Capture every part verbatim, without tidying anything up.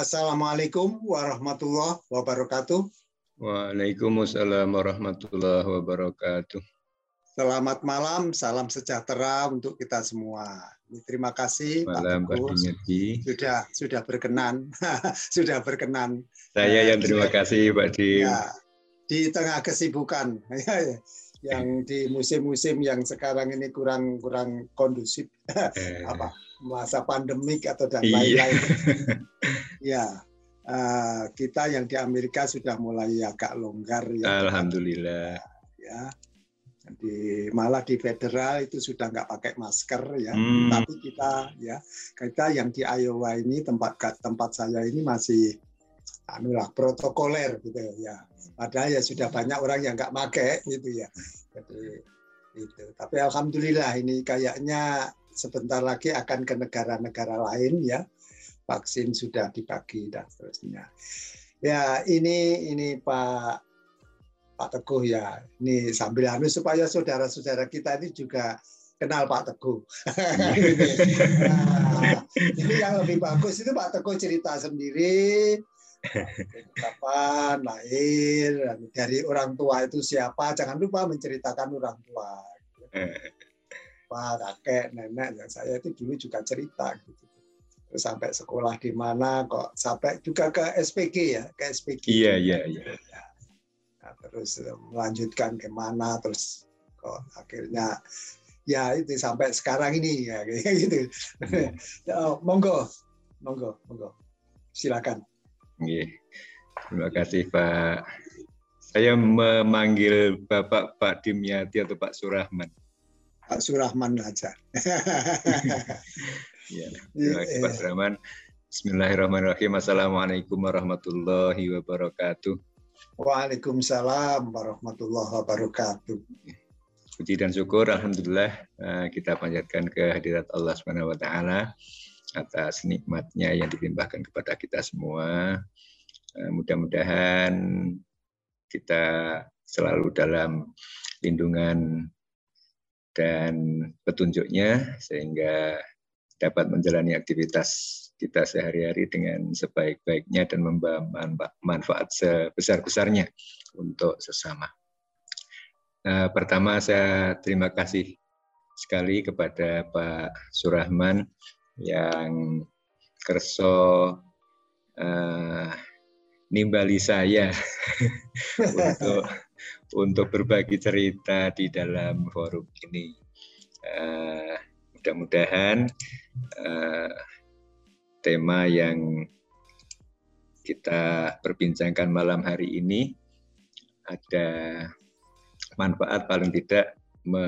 Assalamualaikum warahmatullahi wabarakatuh. Waalaikumsalam warahmatullahi wabarakatuh. Selamat malam, salam sejahtera untuk kita semua. Terima kasih malam, Pak Teguh sudah sudah berkenan, sudah berkenan. Saya yang terima kasih Pak Dim. Ya, di tengah kesibukan, yang di musim-musim yang sekarang ini kurang kurang kondusif, apa masa pandemik atau dan lain-lain. Ya, uh, kita yang di Amerika sudah mulai agak longgar ya. Alhamdulillah. Ya, di malah di federal itu sudah nggak pakai masker ya. Hmm. Tapi kita ya kita yang di Iowa ini tempat tempat saya ini masih anulah protokoler gitu ya. Padahal ya sudah banyak orang yang nggak pakai gitu ya. Jadi itu. Tapi alhamdulillah ini kayaknya sebentar lagi akan ke negara-negara lain ya. Vaksin sudah dibagi dan seterusnya. Ya ini ini Pak Pak Teguh ya. Ini sambil anu supaya saudara-saudara kita ini juga kenal Pak Teguh. Nah, ini yang lebih bagus itu Pak Teguh cerita sendiri. Kapan lahir dari orang tua itu siapa? Jangan lupa menceritakan orang tua. Pak, kakek, nenek yang saya itu dulu juga cerita gitu. Terus sampai sekolah di mana kok sampai juga ke S P G ya, ke S P G. Iya, iya, iya. Nah, terus melanjutkan kemana terus kok akhirnya ya itu sampai sekarang ini ya kayak gitu. Oh, monggo, monggo, monggo. Silakan. Iya. Terima kasih Pak. Saya memanggil Bapak Pak Dimyati atau Pak Surahman. Pak Surahman aja. Ya, terima kasih Pak Surahman. Bismillahirrahmanirrahim. Assalamualaikum warahmatullahi wabarakatuh. Waalaikumsalam warahmatullahi wabarakatuh. Puji dan syukur, alhamdulillah kita panjatkan kehadirat Allah subhanahu wa taala atas nikmatnya yang dilimpahkan kepada kita semua. Mudah-mudahan kita selalu dalam lindungan dan petunjuknya sehingga dapat menjalani aktivitas kita sehari-hari dengan sebaik-baiknya dan membawa manfaat sebesar-besarnya untuk sesama. Nah, pertama saya terima kasih sekali kepada Pak Surahman yang kerso uh, nimbali saya untuk untuk berbagi cerita di dalam forum ini. Uh, mudah-mudahan uh, tema yang kita perbincangkan malam hari ini ada manfaat paling tidak me,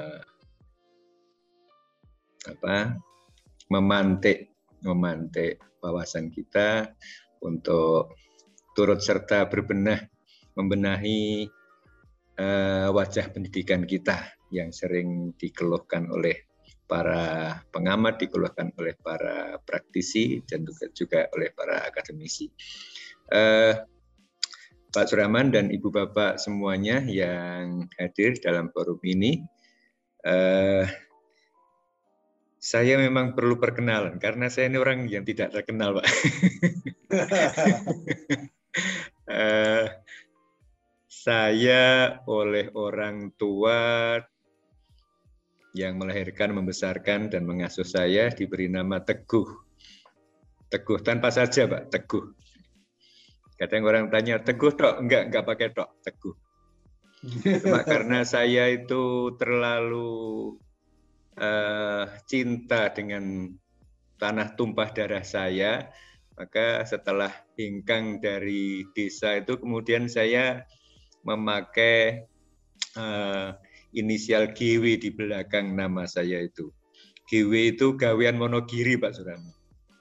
apa, memantik memantik wawasan kita untuk turut serta berbenah membenahi uh, wajah pendidikan kita yang sering dikeluhkan oleh para pengamat, dikeluhkan oleh para praktisi dan juga, juga oleh para akademisi. Uh, Pak Surahman dan Ibu Bapak semuanya yang hadir dalam forum ini, uh, saya memang perlu perkenalan karena saya ini orang yang tidak terkenal, Pak. uh, saya oleh orang tua yang melahirkan, membesarkan, dan mengasuh saya diberi nama Teguh. Teguh tanpa saja, Pak, Teguh. Kadang orang tanya, Teguh tok? Enggak, enggak pakai tok, Teguh. Cuma karena saya itu terlalu uh, cinta dengan tanah tumpah darah saya, maka setelah hingkang dari desa itu kemudian saya memakai uh, inisial G W di belakang nama saya itu. G W itu gawean Monogiri, Pak Surahman.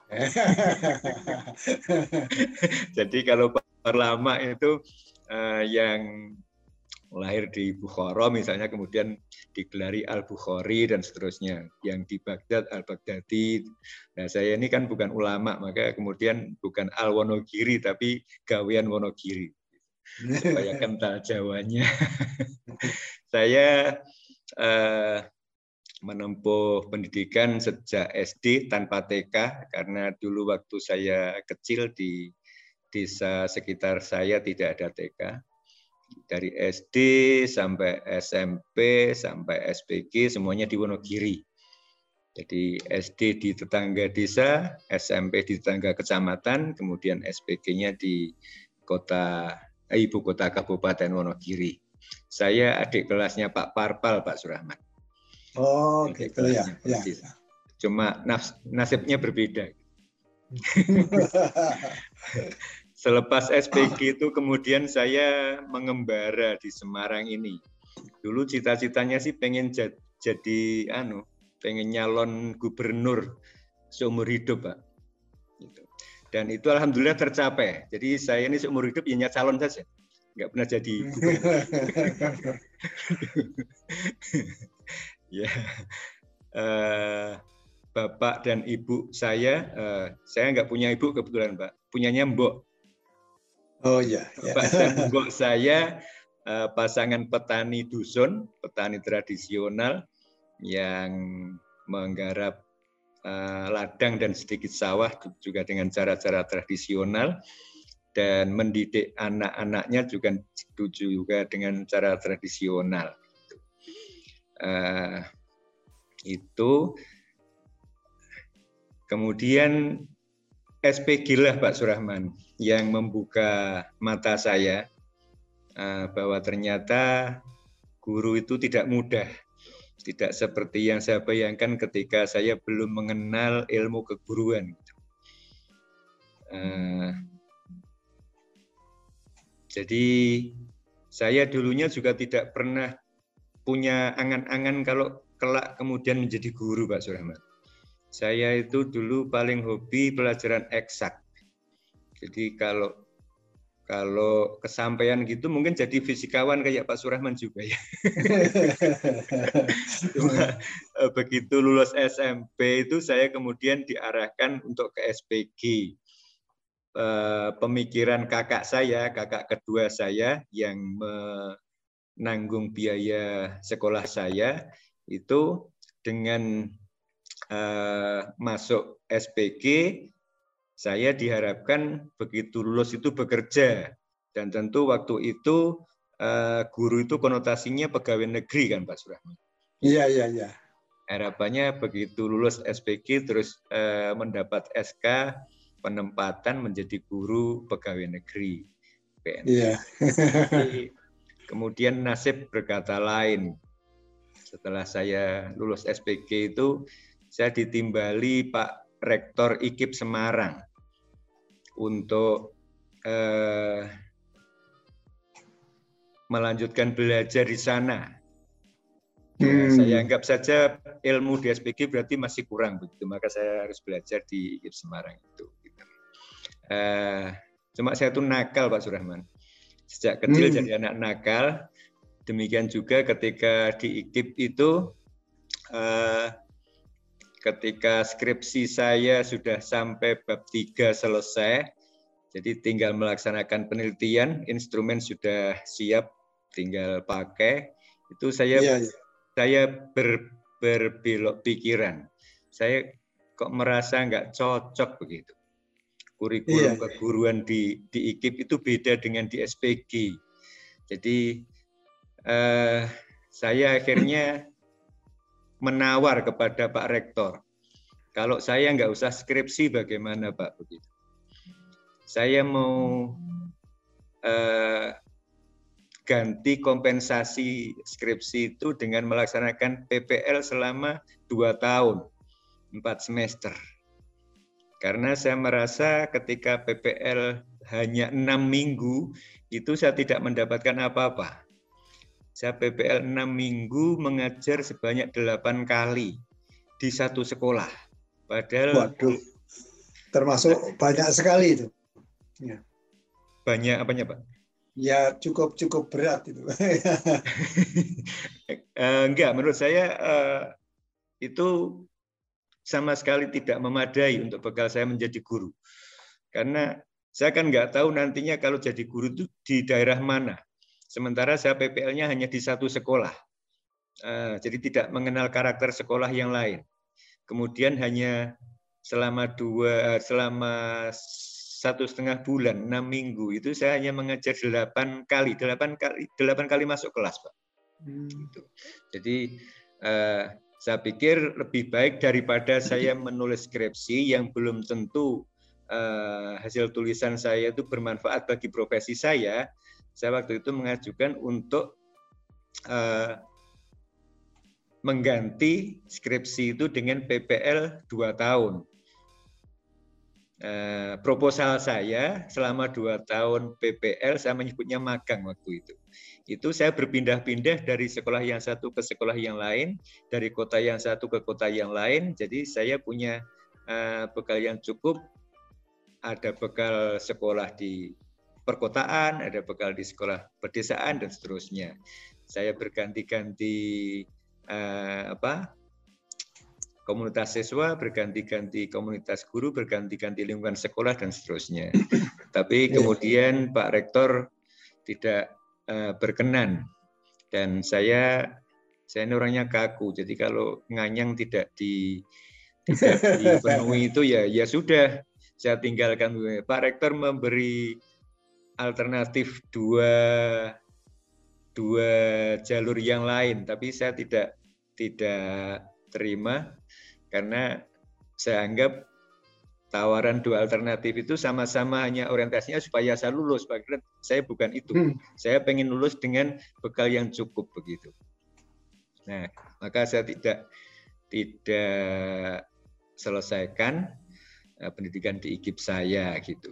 Jadi kalau lama itu uh, yang lahir di Bukhara misalnya kemudian digelari Al-Bukhari dan seterusnya. Yang di Baghdad Al-Baghdadi. Nah, saya ini kan bukan ulama, maka kemudian bukan Al-Wonogiri tapi gawean Wonogiri. Supaya kental Jawanya. Saya uh, menempuh pendidikan sejak S D tanpa T K, karena dulu waktu saya kecil di desa sekitar saya tidak ada T K. Dari S D sampai S M P sampai S P G semuanya di Wonogiri. Jadi S D di tetangga desa, S M P di tetangga kecamatan, kemudian S P G-nya di kota eh, ibu kota Kabupaten Wonogiri. Saya adik kelasnya Pak Parpal, Pak Surahman. Oh, gitu ya. Ya. Cuma nasibnya berbeda. Selepas S P G itu kemudian saya mengembara di Semarang ini. Dulu cita-citanya sih pengen jadi, jadi anu, pengen nyalon gubernur seumur hidup, Pak. Dan itu alhamdulillah tercapai. Jadi saya ini seumur hidup ya calon saja, nggak pernah jadi gubernur. Ya, uh, bapak dan ibu saya, uh, saya nggak punya ibu kebetulan, Pak, punyanya mbok. Oh iya. Bapak dan mbok saya uh, pasangan petani dusun, petani tradisional yang menggarap uh, ladang dan sedikit sawah juga dengan cara-cara tradisional, dan mendidik anak-anaknya juga juga dengan cara tradisional. Uh, itu kemudian S P G lah Pak Surahman yang membuka mata saya uh, bahwa ternyata guru itu tidak mudah, tidak seperti yang saya bayangkan ketika saya belum mengenal ilmu keguruan. Uh, jadi saya dulunya juga tidak pernah punya angan-angan kalau kelak kemudian menjadi guru, Pak Surahman. Saya itu dulu paling hobi pelajaran eksak. Jadi kalau kalau kesampaian gitu mungkin jadi fisikawan kayak Pak Surahman juga ya. Cuma begitu lulus S M P itu saya kemudian diarahkan untuk ke S P G. Pemikiran kakak saya, kakak kedua saya yang menanggung biaya sekolah saya itu dengan uh, masuk S P G, saya diharapkan begitu lulus itu bekerja, dan tentu waktu itu uh, guru itu konotasinya pegawai negeri kan Pak Surahman. Iya iya iya. Harapannya begitu lulus S P G terus uh, mendapat S K penempatan menjadi guru pegawai negeri. Iya. Kemudian nasib berkata lain. Setelah saya lulus S P G itu, saya ditimbali Pak Rektor I K I P Semarang untuk eh, melanjutkan belajar di sana. Ya, hmm. Saya anggap saja ilmu di S P G berarti masih kurang begitu, maka saya harus belajar di I K I P Semarang itu. Eh, cuma saya tuh nakal Pak Surahman. Sejak kecil hmm. jadi anak nakal. Demikian juga ketika di I K I P itu, eh, ketika skripsi saya sudah sampai bab tiga selesai, jadi tinggal melaksanakan penelitian, instrumen sudah siap, tinggal pakai. Itu saya yeah, yeah. saya ber, berbelok pikiran. Saya kok merasa nggak cocok begitu. Kurikulum yeah, yeah. keguruan di, di I K I P itu beda dengan di S P G. Jadi Uh, saya akhirnya menawar kepada Pak Rektor, kalau saya nggak usah skripsi bagaimana Pak begitu. Saya mau uh, ganti kompensasi skripsi itu dengan melaksanakan P P L selama dua tahun, empat semester. Karena saya merasa ketika P P L hanya enam minggu, itu saya tidak mendapatkan apa-apa. Saya P P L enam minggu mengajar sebanyak delapan kali di satu sekolah. Padahal waduh, termasuk nah, banyak sekali itu. Ya. Banyak apanya Pak? Ya cukup cukup berat itu. Enggak, menurut saya uh, itu sama sekali tidak memadai untuk bekal saya menjadi guru. Karena saya kan nggak tahu nantinya kalau jadi guru itu di daerah mana. Sementara saya P P L-nya hanya di satu sekolah. Uh, jadi tidak mengenal karakter sekolah yang lain. Kemudian hanya selama dua, selama satu setengah bulan, enam minggu itu saya hanya mengajar delapan kali, delapan kali, delapan kali masuk kelas, Pak. Hmm. Gitu. Jadi uh, saya pikir lebih baik daripada saya menulis skripsi yang belum tentu uh, hasil tulisan saya itu bermanfaat bagi profesi saya. Saya waktu itu mengajukan untuk uh, mengganti skripsi itu dengan P P L dua tahun. Eh, proposal saya selama dua tahun P P L, saya menyebutnya magang waktu itu. Itu saya berpindah-pindah dari sekolah yang satu ke sekolah yang lain, dari kota yang satu ke kota yang lain. Jadi saya punya eh, bekal yang cukup, ada bekal sekolah di perkotaan, ada bekal di sekolah pedesaan, dan seterusnya. Saya berganti-ganti Eh, apa komunitas siswa, berganti-ganti komunitas guru, berganti-ganti lingkungan sekolah, dan seterusnya. Tapi kemudian Pak Rektor tidak eh, berkenan, dan saya saya ini orangnya kaku, jadi kalau nganyang tidak di tidak dipenuhi itu ya ya sudah, saya tinggalkan. Pak Rektor memberi alternatif dua dua jalur yang lain, tapi saya tidak tidak terima karena saya anggap tawaran dua alternatif itu sama-sama hanya orientasinya supaya saya lulus. Padahal saya bukan itu. Hmm. Saya pengen lulus dengan bekal yang cukup begitu. Nah, maka saya tidak tidak selesaikan uh, pendidikan di I K I P saya gitu.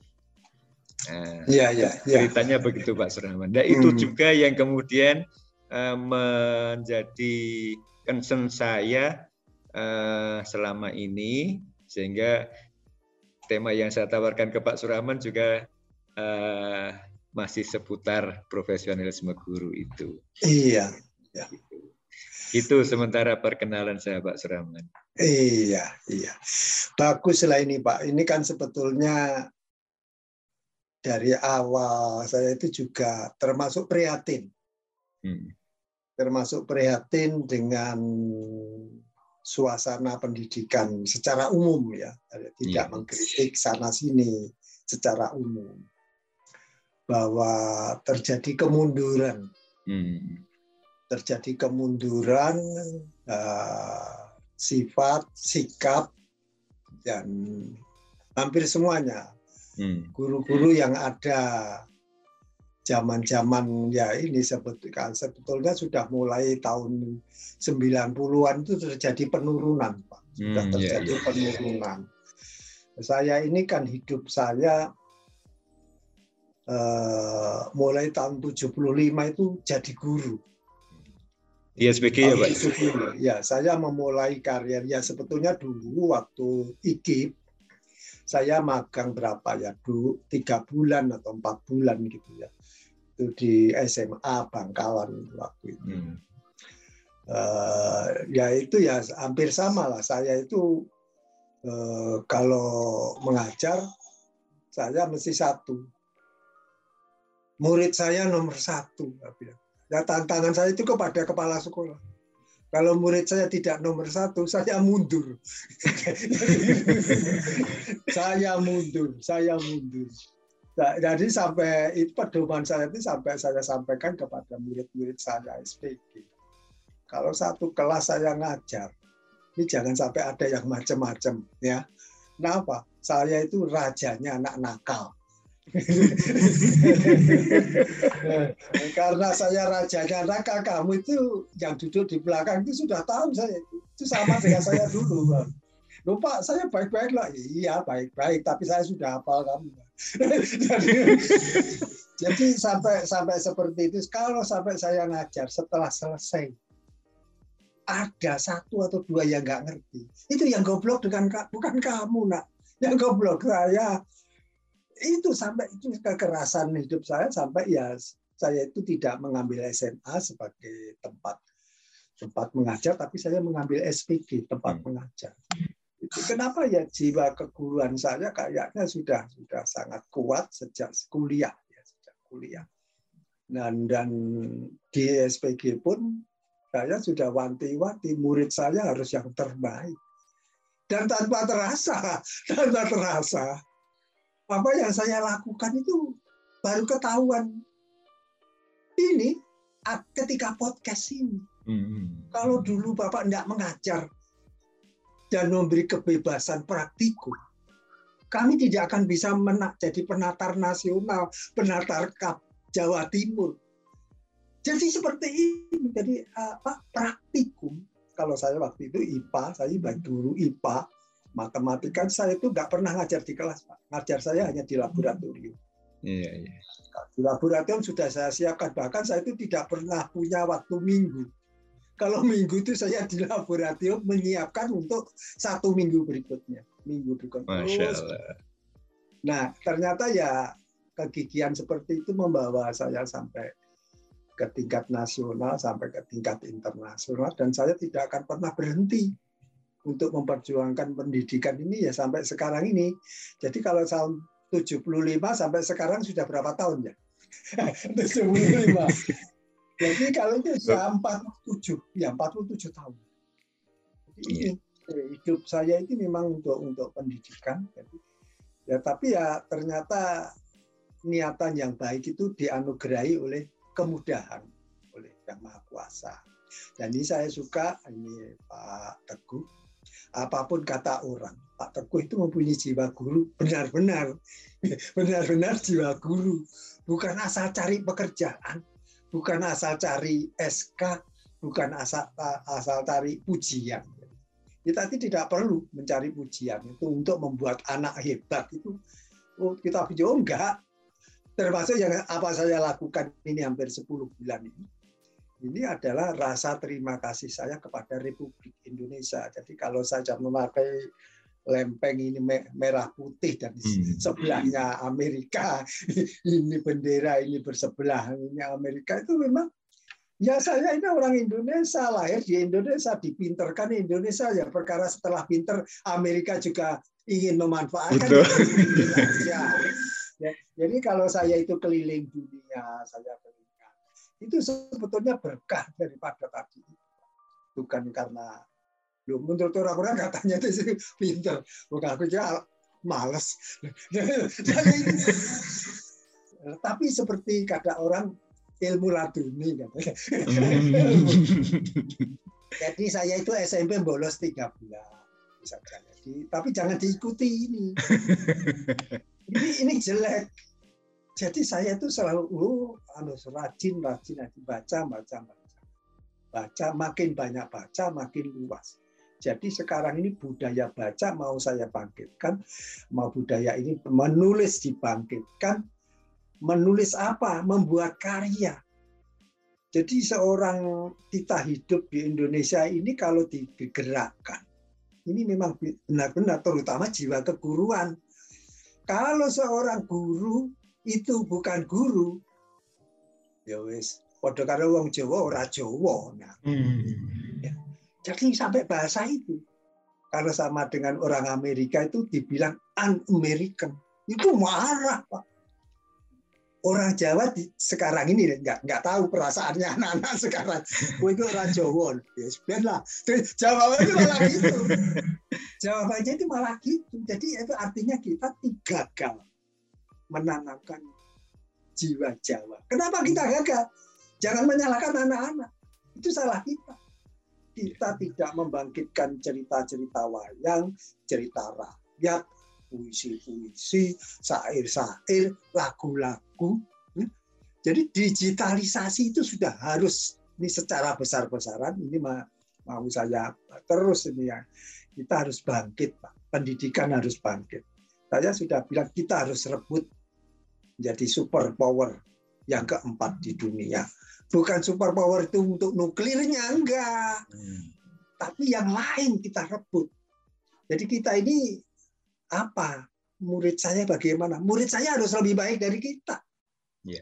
Nah, ya, ya, ceritanya ya. Begitu Pak Surahman. Nah, itu hmm. juga yang kemudian uh, menjadi concern saya uh, selama ini, sehingga tema yang saya tawarkan ke Pak Surahman juga uh, masih seputar profesionalisme guru itu. Iya. Ya. Gitu. Itu sementara perkenalan saya Pak Surahman. Iya, iya. Baguslah ini Pak. Ini kan sebetulnya dari awal saya itu juga termasuk prihatin. Hmm. Termasuk prihatin dengan suasana pendidikan secara umum ya, tidak yeah. mengkritik sana sini secara umum, bahwa terjadi kemunduran, hmm. terjadi kemunduran uh, sifat, sikap, dan hampir semuanya guru-guru hmm. yang ada zaman-zaman ya ini sebetulnya, sebetulnya sudah mulai tahun sembilan puluhan itu terjadi penurunan, Pak. Sudah terjadi hmm, yeah, penurunan. Yeah. Saya ini kan hidup saya eh, mulai tahun tujuh puluh lima itu jadi guru. Di S P G ya, Pak? Ya, saya memulai karir ya sebetulnya dulu waktu I K I P saya magang berapa ya, dulu tiga bulan atau empat bulan gitu ya. Itu di S M A Bangkalan waktu itu. Hmm. Uh, ya itu ya hampir sama lah. Saya itu uh, kalau mengajar saya mesti satu. Murid saya nomor satu. Ya, tantangan saya itu kepada kepala sekolah. Kalau murid saya tidak nomor satu, saya mundur. saya mundur, saya mundur. Jadi sampai itu pedoman saya itu sampai saya sampaikan kepada murid-murid saya S P G. Kalau satu kelas saya ngajar, ini jangan sampai ada yang macam-macam, ya. Kenapa? Saya itu rajanya anak nakal. Karena saya rajanya nakal, kamu itu yang duduk di belakang itu sudah tahu saya. Itu sama dengan saya dulu, Bang. Loh Pak, saya baik-baik lah. Iya, baik-baik, tapi saya sudah hafal kamu. jadi, jadi sampai sampai seperti itu. Kalau sampai saya ngajar setelah selesai ada satu atau dua yang nggak ngerti, itu yang goblok dengan bukan kamu, nak. Yang goblok saya. Itu sampai itu kekerasan hidup saya sampai ya saya itu tidak mengambil S M A sebagai tempat tempat mengajar, tapi saya mengambil S P G, tempat hmm. mengajar. Itu kenapa ya jiwa keguruan saya kayaknya sudah sudah sangat kuat sejak kuliah ya, sejak kuliah. Dan dan di S P G pun Saya sudah wanti-wanti murid saya harus yang terbaik. Dan tanpa terasa, tanpa terasa, apa yang saya lakukan itu baru ketahuan. Ini ketika podcast ini. Hmm. Kalau dulu Bapak tidak mengajar dan memberi kebebasan praktikum, kami tidak akan bisa menak, jadi penatar nasional, penatar Kap Jawa Timur. Jadi seperti ini, jadi apa praktikum. Kalau saya waktu itu I P A, saya bagi guru I P A, matematika saya itu nggak pernah ngajar di kelas, Pak. Ngajar saya hanya di laboratorium. Iya, iya. Di laboratorium sudah saya siapkan, bahkan saya itu tidak pernah punya waktu minggu. Kalau minggu itu saya di laboratorium menyiapkan untuk satu minggu berikutnya, minggu berikutnya. Masya Allah. Nah, ternyata ya kegigihan seperti itu membawa saya sampai ke tingkat nasional, sampai ke tingkat internasional, dan saya tidak akan pernah berhenti untuk memperjuangkan pendidikan ini ya sampai sekarang ini. Jadi kalau tahun tujuh puluh lima sampai sekarang sudah berapa tahun ya? tujuh puluh lima. Jadi kalau itu ya empat puluh tujuh, ya empat puluh tujuh tahun. Jadi ini hidup saya itu memang untuk untuk pendidikan. Jadi, ya tapi ya ternyata niatan yang baik itu dianugerahi oleh kemudahan oleh Yang Maha Kuasa. Dan ini saya suka, ini Pak Teguh, apapun kata orang, Pak Teguh itu mempunyai jiwa guru, benar-benar, benar-benar jiwa guru. Bukan asal cari pekerjaan, bukan asal cari S K, bukan asal, asal cari pujian. Kita tidak perlu mencari pujian itu untuk membuat anak hebat itu. Oh, kita video enggak. Termasuk yang apa saya lakukan ini hampir sepuluh bulan ini. Ini adalah rasa terima kasih saya kepada Republik Indonesia. Jadi kalau saya memakai lempeng ini merah putih dan hmm. sebelahnya Amerika, ini bendera ini bersebelahan ini Amerika, itu memang ya saya ini orang Indonesia, lahir di Indonesia, dipinterkan Indonesia, ya perkara setelah pinter Amerika juga ingin memanfaatkan Indonesia. Ya, jadi kalau saya itu keliling dunia, saya keliling, itu sebetulnya berkah daripada tadi. Bukan karena, loh, menurut orang-orang katanya itu pinter, bukan aku kira males. Tapi seperti kata orang, ilmu laduni. Jadi saya itu S M P bolos tiga bulan. Jadi, tapi jangan diikuti ini. Ini, ini jelek. Jadi saya itu selalu oh, harus rajin, rajin, rajin baca, baca, baca. Baca, makin banyak baca, makin luas. Jadi sekarang ini budaya baca mau saya bangkitkan, mau budaya ini menulis dibangkitkan. Menulis apa? Membuat karya. Jadi seorang kita hidup di Indonesia ini kalau digerakkan, ini memang benar-benar terutama jiwa keguruan. Kalau seorang guru itu bukan guru, ya wis, padha karo wong Jawa ora Jawa. Nah, hmm. ya. Jadi sampai bahasa itu, kalau sama dengan orang Amerika itu dibilang un-American, itu marah, Pak. Orang Jawa di, sekarang ini nggak nggak tahu perasaannya anak-anak sekarang. Oh itu orang Jawa, ya sebenarnya. Jawabannya malah gitu. Jawabannya itu malah gitu. Jadi itu artinya kita gagal menanamkan jiwa Jawa. Kenapa kita gagal? Jangan menyalahkan anak-anak. Itu salah kita. Kita tidak membangkitkan cerita-cerita wayang, cerita rakyat, puisi-puisi, syair-syair, lagu-lagu. Jadi digitalisasi itu sudah harus ini secara besar-besaran. Ini mau saya terus ini ya. Kita harus bangkit, Pak. Pendidikan harus bangkit. Saya sudah bilang kita harus rebut menjadi super power yang keempat di dunia. Bukan super power itu untuk nuklirnya, enggak. Hmm. Tapi yang lain kita rebut. Jadi kita ini apa? Murid saya bagaimana? Murid saya harus lebih baik dari kita. Yeah.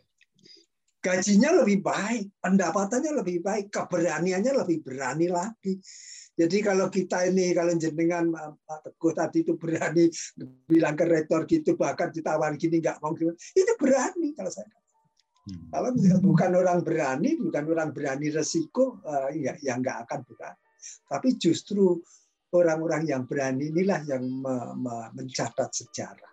Gajinya lebih baik, pendapatannya lebih baik, keberaniannya lebih berani lagi. Jadi kalau kita ini, kalau jenengan Pak Teguh tadi itu berani bilang ke rektor gitu, bahkan ditawar gini nggak mau gimana, itu berani kalau saya. Hmm. Kalau bukan orang berani, bukan orang berani resiko, uh, ya, ya nggak akan berani. Tapi justru orang-orang yang berani inilah yang me, me, mencatat sejarah.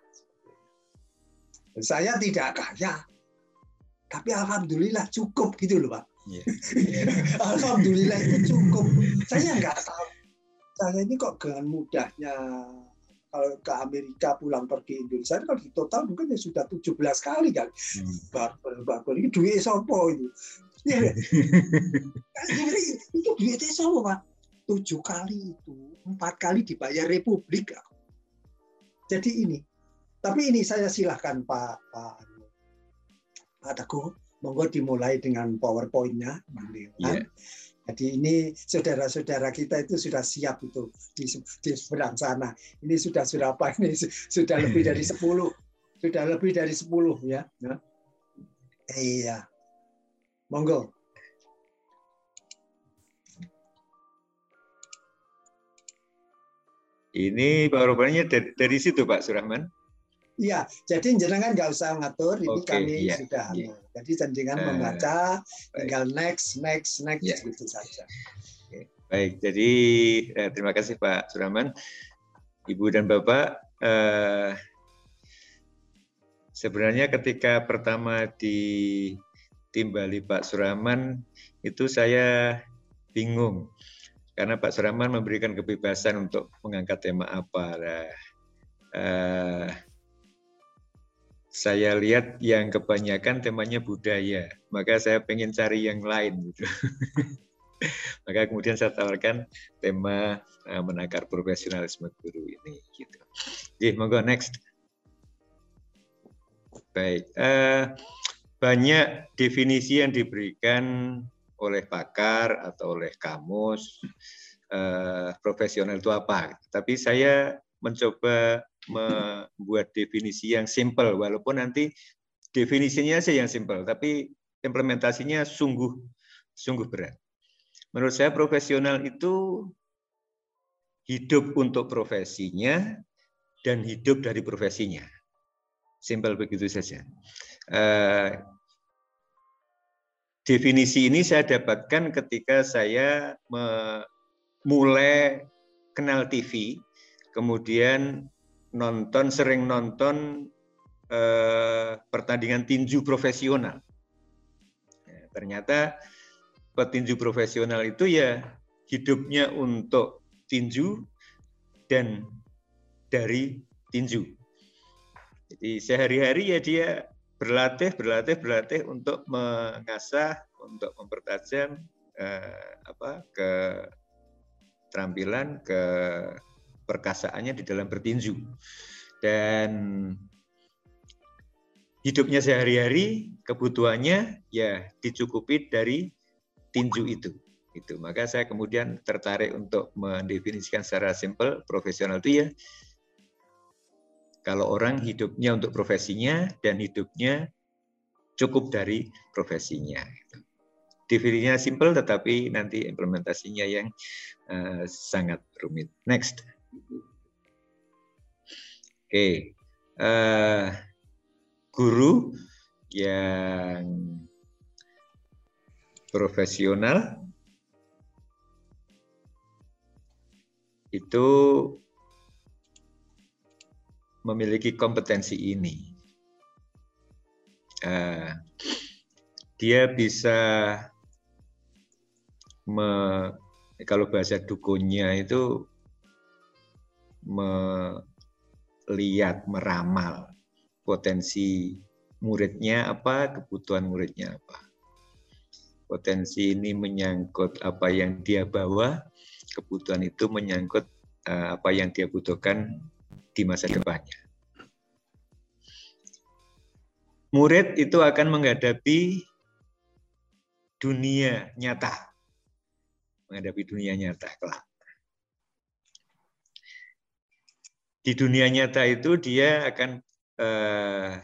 Saya tidak kaya, tapi alhamdulillah cukup gitu loh Pak. Yeah. Alhamdulillah itu cukup. Saya nggak tahu. Saya ini kok dengan mudahnya kalau ke Amerika pulang pergi Indonesia, kalau di total mungkin ya sudah tujuh belas kali kali. Barbel ini duit sopo itu. Ya, itu duitnya sopo Pak. Tujuh kali itu, empat kali dibayar Republik. Jadi ini. Tapi ini saya silahkan Pak Pak Pak Teguh, monggo dimulai dengan PowerPoint-nya. Yeah. Jadi ini saudara-saudara kita itu sudah siap itu di, di seberang sana. Ini sudah sudah apa ini sudah lebih dari sepuluh, sudah lebih dari sepuluh ya. Nah. Iya, monggo. Ini PowerPoint-nya dari, dari situ Pak Surahman. Iya, jadi jenengan nggak usah ngatur, ini Oke, kami iya, sudah. iya. Jadi jenengan uh, membaca, tinggal next, next, next, iya. Gitu saja. Oke. Baik, jadi eh, terima kasih Pak Surahman, Ibu dan Bapak. Eh, sebenarnya ketika pertama ditimbali Pak Surahman, itu saya bingung. Karena Pak Surahman memberikan kebebasan untuk mengangkat tema apa. Nah, eh, saya lihat yang kebanyakan temanya budaya, maka saya pengen cari yang lain gitu. Maka kemudian saya tawarkan tema uh, menakar profesionalisme guru ini gitu. Oke, monggo next. Baik, uh, banyak definisi yang diberikan oleh pakar atau oleh kamus uh, profesional itu apa. Tapi saya mencoba membuat definisi yang simpel, walaupun nanti definisinya sih yang simpel, tapi implementasinya sungguh sungguh berat. Menurut saya profesional itu hidup untuk profesinya dan hidup dari profesinya. Simpel begitu saja. Uh, definisi ini saya dapatkan ketika saya mulai kenal T V, kemudian nonton sering nonton eh, pertandingan tinju profesional. Ya, ternyata petinju profesional itu ya hidupnya untuk tinju dan dari tinju. Jadi sehari-hari ya dia berlatih, berlatih, berlatih untuk mengasah, untuk mempertajam eh, apa keterampilan, ke perkasaannya di dalam bertinju. Dan hidupnya sehari-hari, kebutuhannya ya dicukupi dari tinju itu. Itu. Maka saya kemudian tertarik untuk mendefinisikan secara simpel profesional itu ya kalau orang hidupnya untuk profesinya dan hidupnya cukup dari profesinya. Definisinya simpel tetapi nanti implementasinya yang uh, sangat rumit. Next. Oke, okay. uh, guru yang profesional itu memiliki kompetensi ini. Uh, dia bisa, me, kalau bahasa dukunnya itu melihat, meramal potensi muridnya apa, kebutuhan muridnya apa. Potensi ini menyangkut apa yang dia bawa, kebutuhan itu menyangkut uh, apa yang dia butuhkan di masa depannya. Murid itu akan menghadapi dunia nyata, menghadapi dunia nyata kelak. Di dunia nyata itu dia akan eh,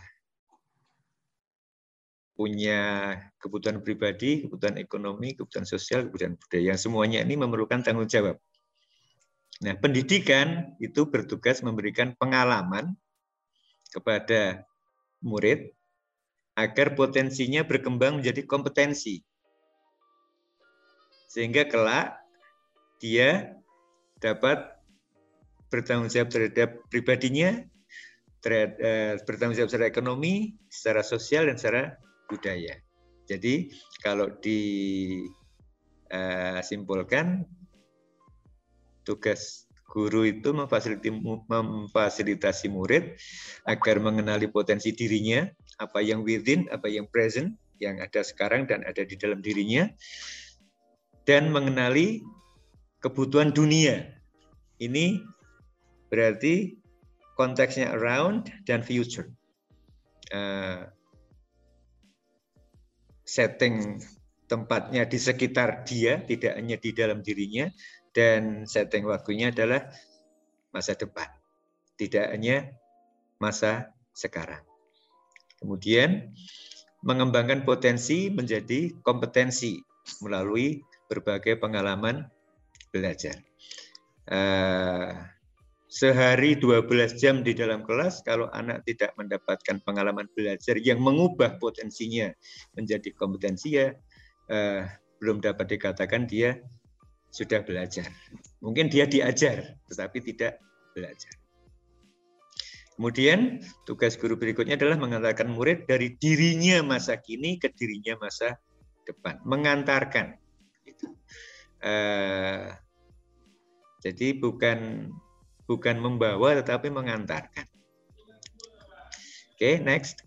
punya kebutuhan pribadi, kebutuhan ekonomi, kebutuhan sosial, kebutuhan budaya. Yang semuanya ini memerlukan tanggung jawab. Nah, pendidikan itu bertugas memberikan pengalaman kepada murid agar potensinya berkembang menjadi kompetensi. Sehingga kelak dia dapat bertanggung jawab terhadap pribadinya, terhadap, eh, bertanggung jawab secara ekonomi, secara sosial, dan secara budaya. Jadi kalau disimpulkan, tugas guru itu memfasilitasi, memfasilitasi murid agar mengenali potensi dirinya, apa yang within, apa yang present, yang ada sekarang dan ada di dalam dirinya, dan mengenali kebutuhan dunia. Ini berarti konteksnya around dan future. Uh, setting tempatnya di sekitar dia, tidak hanya di dalam dirinya, dan setting waktunya adalah masa depan, tidak hanya masa sekarang. Kemudian mengembangkan potensi menjadi kompetensi melalui berbagai pengalaman belajar. Uh, sehari dua belas jam di dalam kelas, kalau anak tidak mendapatkan pengalaman belajar yang mengubah potensinya menjadi kompetensi, ya uh, belum dapat dikatakan dia sudah belajar. Mungkin dia diajar, tetapi tidak belajar. Kemudian tugas guru berikutnya adalah mengantarkan murid dari dirinya masa kini ke dirinya masa depan. Mengantarkan. Uh, jadi bukan bukan membawa, tetapi mengantarkan. Oke, okay, next.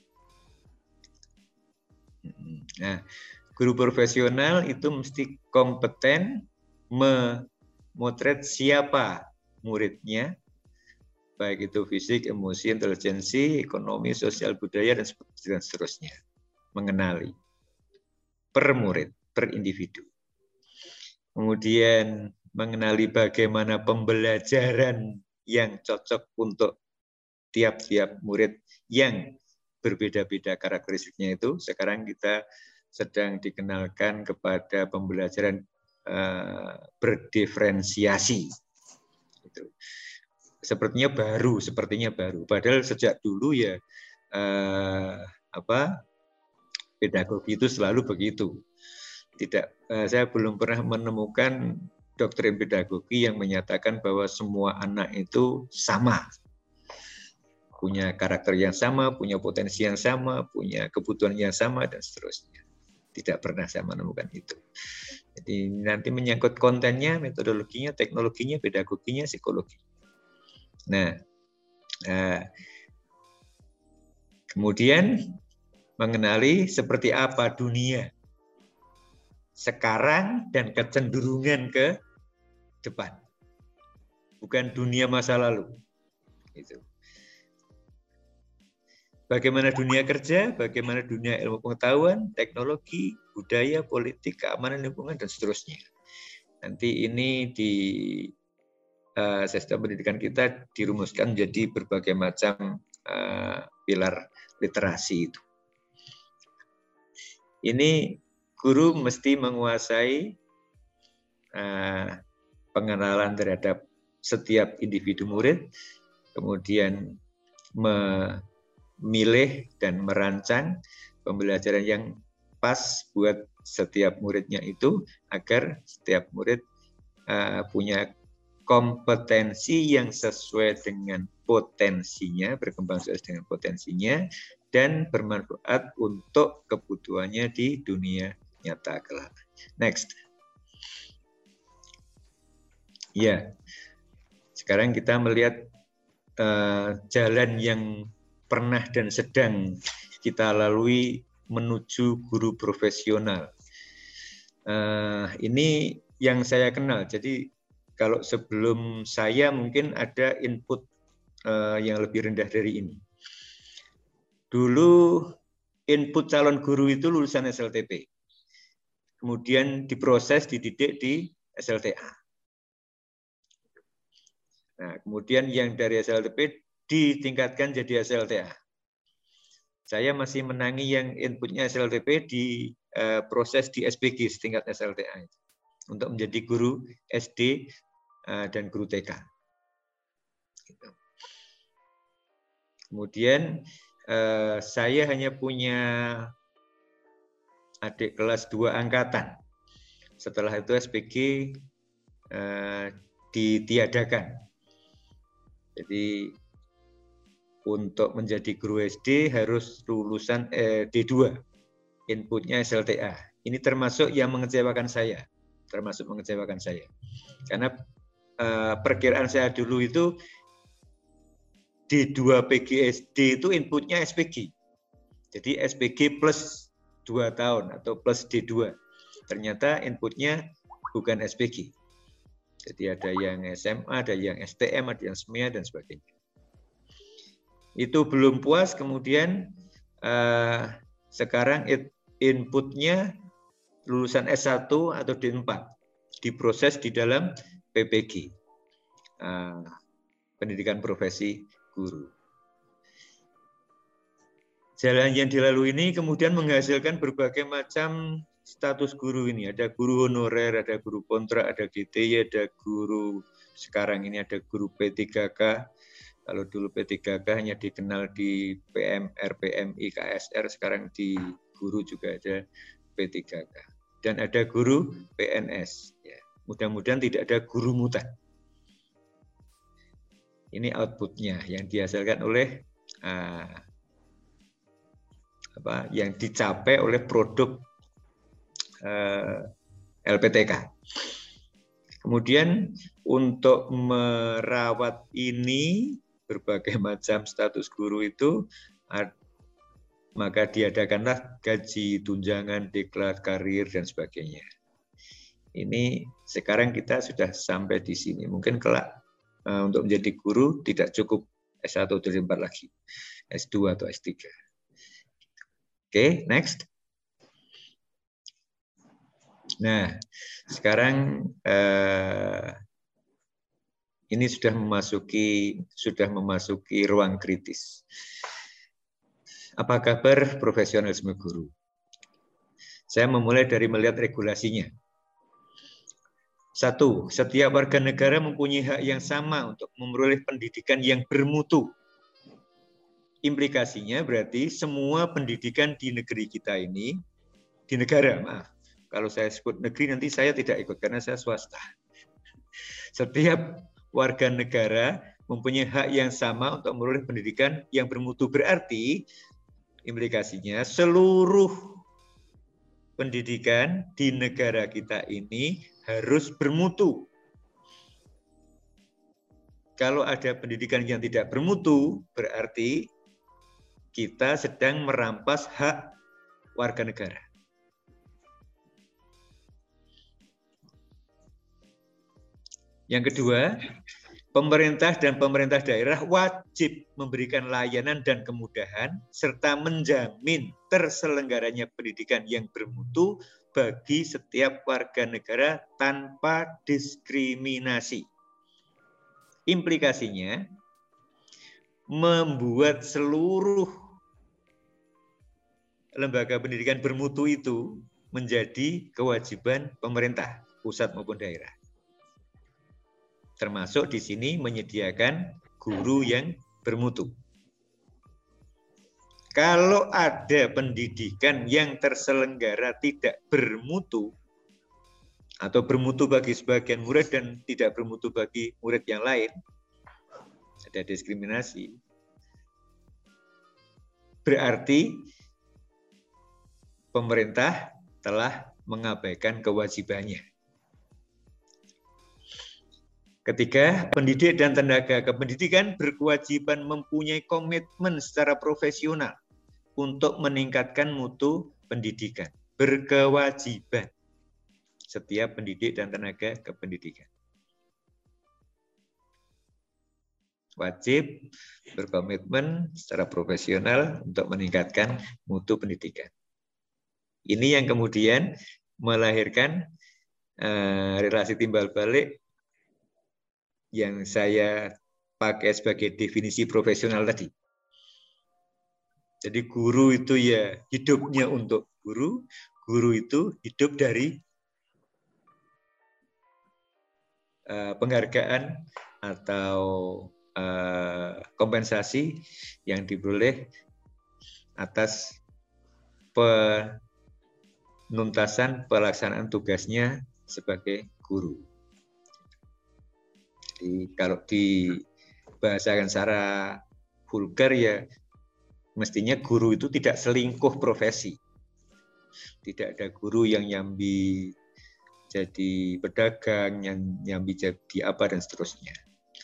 Nah, guru profesional itu mesti kompeten memotret siapa muridnya, baik itu fisik, emosi, intelijensi, ekonomi, sosial, budaya, dan seterusnya. Mengenali per murid, per individu. Kemudian mengenali bagaimana pembelajaran yang cocok untuk tiap-tiap murid yang berbeda-beda karakteristiknya itu. Sekarang kita sedang dikenalkan kepada pembelajaran uh, berdiferensiasi. Itu. Sepertinya baru, sepertinya baru. Padahal sejak dulu ya uh, apa pedagogi itu selalu begitu. Tidak, uh, saya belum pernah menemukan doktrin pedagogi yang menyatakan bahwa semua anak itu sama. Punya karakter yang sama, punya potensi yang sama, punya kebutuhan yang sama, dan seterusnya. Tidak pernah saya menemukan itu. Jadi nanti menyangkut kontennya, metodologinya, teknologinya, pedagoginya, psikologi. Nah, eh, kemudian mengenali seperti apa dunia sekarang dan kecenderungan ke depan. Bukan dunia masa lalu. Itu. Bagaimana dunia kerja, bagaimana dunia ilmu pengetahuan, teknologi, budaya, politik, keamanan lingkungan, dan seterusnya. Nanti ini di uh, sistem pendidikan kita dirumuskan menjadi berbagai macam uh, pilar literasi itu. Ini guru mesti menguasai uh, pengenalan terhadap setiap individu murid, kemudian memilih dan merancang pembelajaran yang pas buat setiap muridnya itu, agar setiap murid uh, punya kompetensi yang sesuai dengan potensinya, berkembang sesuai dengan potensinya, dan bermanfaat untuk kebutuhannya di dunia nyata kelak. Next. Ya, sekarang kita melihat uh, jalan yang pernah dan sedang kita lalui menuju guru profesional. Uh, ini yang saya kenal. Jadi kalau sebelum saya mungkin ada input uh, yang lebih rendah dari ini. Dulu input calon guru itu lulusan S L T P. Kemudian diproses, dididik di S L T A. Nah, kemudian yang dari S L T P ditingkatkan jadi S L T A. Saya masih menangi yang inputnya S L T P di uh, proses di S P G setingkat S L T A untuk menjadi guru S D uh, dan guru T K. Kemudian eh, saya hanya punya adik kelas dua angkatan. Setelah itu S P G eh, ditiadakan. Jadi untuk menjadi guru S D harus lulusan eh, D dua, inputnya S L T A. Ini termasuk yang mengecewakan saya, termasuk mengecewakan saya. Karena eh, perkiraan saya dulu itu D dua P G S D itu inputnya S P G. Jadi S P G plus dua tahun atau plus D dua. Ternyata inputnya bukan S P G. Jadi ada yang S M A, ada yang S T M, ada yang S M E A, dan sebagainya. Itu belum puas, kemudian eh, sekarang inputnya lulusan S satu atau D empat, diproses di dalam P P G, eh, pendidikan profesi guru. Jalan yang dilalui ini kemudian menghasilkan berbagai macam status guru ini. Ada guru honorer, ada guru kontrak, ada G T Y, ada guru, sekarang ini ada guru P tiga K. Kalau dulu P tiga K hanya dikenal di P M R, P M I, K S R, sekarang di guru juga ada P tiga K. Dan ada guru P N S. Ya, mudah-mudahan tidak ada guru mutan. Ini outputnya yang dihasilkan oleh uh, apa yang dicapai oleh produk uh, L P T K. Kemudian untuk merawat ini berbagai macam status guru itu, maka diadakanlah gaji, tunjangan, diklat karir, dan sebagainya. Ini sekarang kita sudah sampai di sini. Mungkin kelak uh, untuk menjadi guru tidak cukup S satu atau D empat lagi, S dua atau S tiga. Oke, okay, next. Nah, sekarang uh, ini sudah memasuki sudah memasuki ruang kritis. Apa kabar profesionalisme guru? Saya memulai dari melihat regulasinya. Satu, setiap warga negara mempunyai hak yang sama untuk memperoleh pendidikan yang bermutu. Implikasinya berarti semua pendidikan di negeri kita ini, di negara, maaf. Kalau saya sebut negeri nanti saya tidak ikut karena saya swasta. Setiap warga negara mempunyai hak yang sama untuk memperoleh pendidikan yang bermutu. Berarti implikasinya seluruh pendidikan di negara kita ini harus bermutu. Kalau ada pendidikan yang tidak bermutu, berarti kita sedang merampas hak warga negara. Yang kedua, pemerintah dan pemerintah daerah wajib memberikan layanan dan kemudahan serta menjamin terselenggaranya pendidikan yang bermutu bagi setiap warga negara tanpa diskriminasi. Implikasinya, membuat seluruh lembaga pendidikan bermutu itu menjadi kewajiban pemerintah, pusat maupun daerah. Termasuk di sini menyediakan guru yang bermutu. Kalau ada pendidikan yang terselenggara tidak bermutu, atau bermutu bagi sebagian murid dan tidak bermutu bagi murid yang lain, ada diskriminasi, berarti pemerintah telah mengabaikan kewajibannya. Ketiga, pendidik dan tenaga kependidikan berkewajiban mempunyai komitmen secara profesional untuk meningkatkan mutu pendidikan. Berkewajiban setiap pendidik dan tenaga kependidikan. Wajib berkomitmen secara profesional untuk meningkatkan mutu pendidikan. Ini yang kemudian melahirkan uh, relasi timbal balik yang saya pakai sebagai definisi profesional tadi. Jadi guru itu ya hidupnya untuk guru, guru itu hidup dari uh, penghargaan atau uh, kompensasi yang diperoleh atas penuntasan pelaksanaan tugasnya sebagai guru. Jadi kalau dibahasakan secara vulgar ya mestinya guru itu tidak selingkuh profesi. Tidak ada guru yang nyambi jadi pedagang, yang nyambi jadi apa dan seterusnya.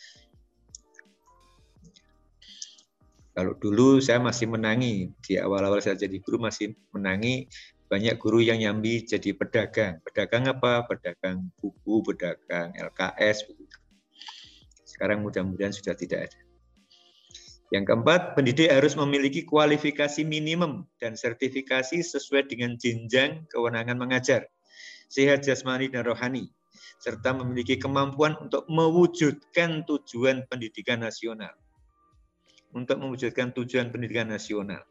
Kalau dulu saya masih menangi, di awal-awal saya jadi guru masih menangi banyak guru yang nyambi jadi pedagang. Pedagang apa? Pedagang buku, pedagang L K S. Sekarang mudah-mudahan sudah tidak ada. Yang keempat, pendidik harus memiliki kualifikasi minimum dan sertifikasi sesuai dengan jenjang kewenangan mengajar, sehat jasmani dan rohani, serta memiliki kemampuan untuk mewujudkan tujuan pendidikan nasional. Untuk mewujudkan tujuan pendidikan nasional.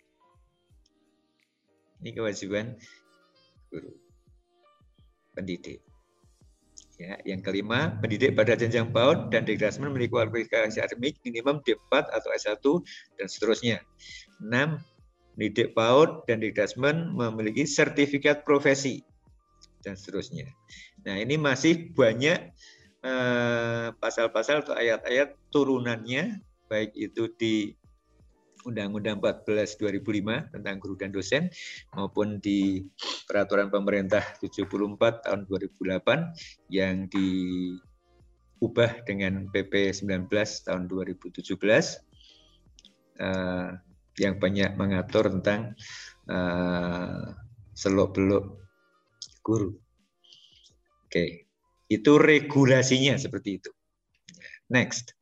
Ini kewajiban guru, pendidik. Ya, yang kelima, pendidik pada jenjang PAUD dan Dikdasmen memiliki kualifikasi akademik minimum D empat atau S satu dan seterusnya. Enam, pendidik PAUD dan Dikdasmen memiliki sertifikat profesi dan seterusnya. Nah, ini masih banyak pasal-pasal eh, atau ayat-ayat turunannya, baik itu di Undang-Undang empat belas dua ribu lima tentang guru dan dosen maupun di Peraturan Pemerintah tujuh puluh empat tahun dua ribu delapan yang diubah dengan P P sembilan belas tahun dua ribu tujuh belas uh, yang banyak mengatur tentang uh, seluk-beluk guru. Oke, itu regulasinya seperti itu. Next.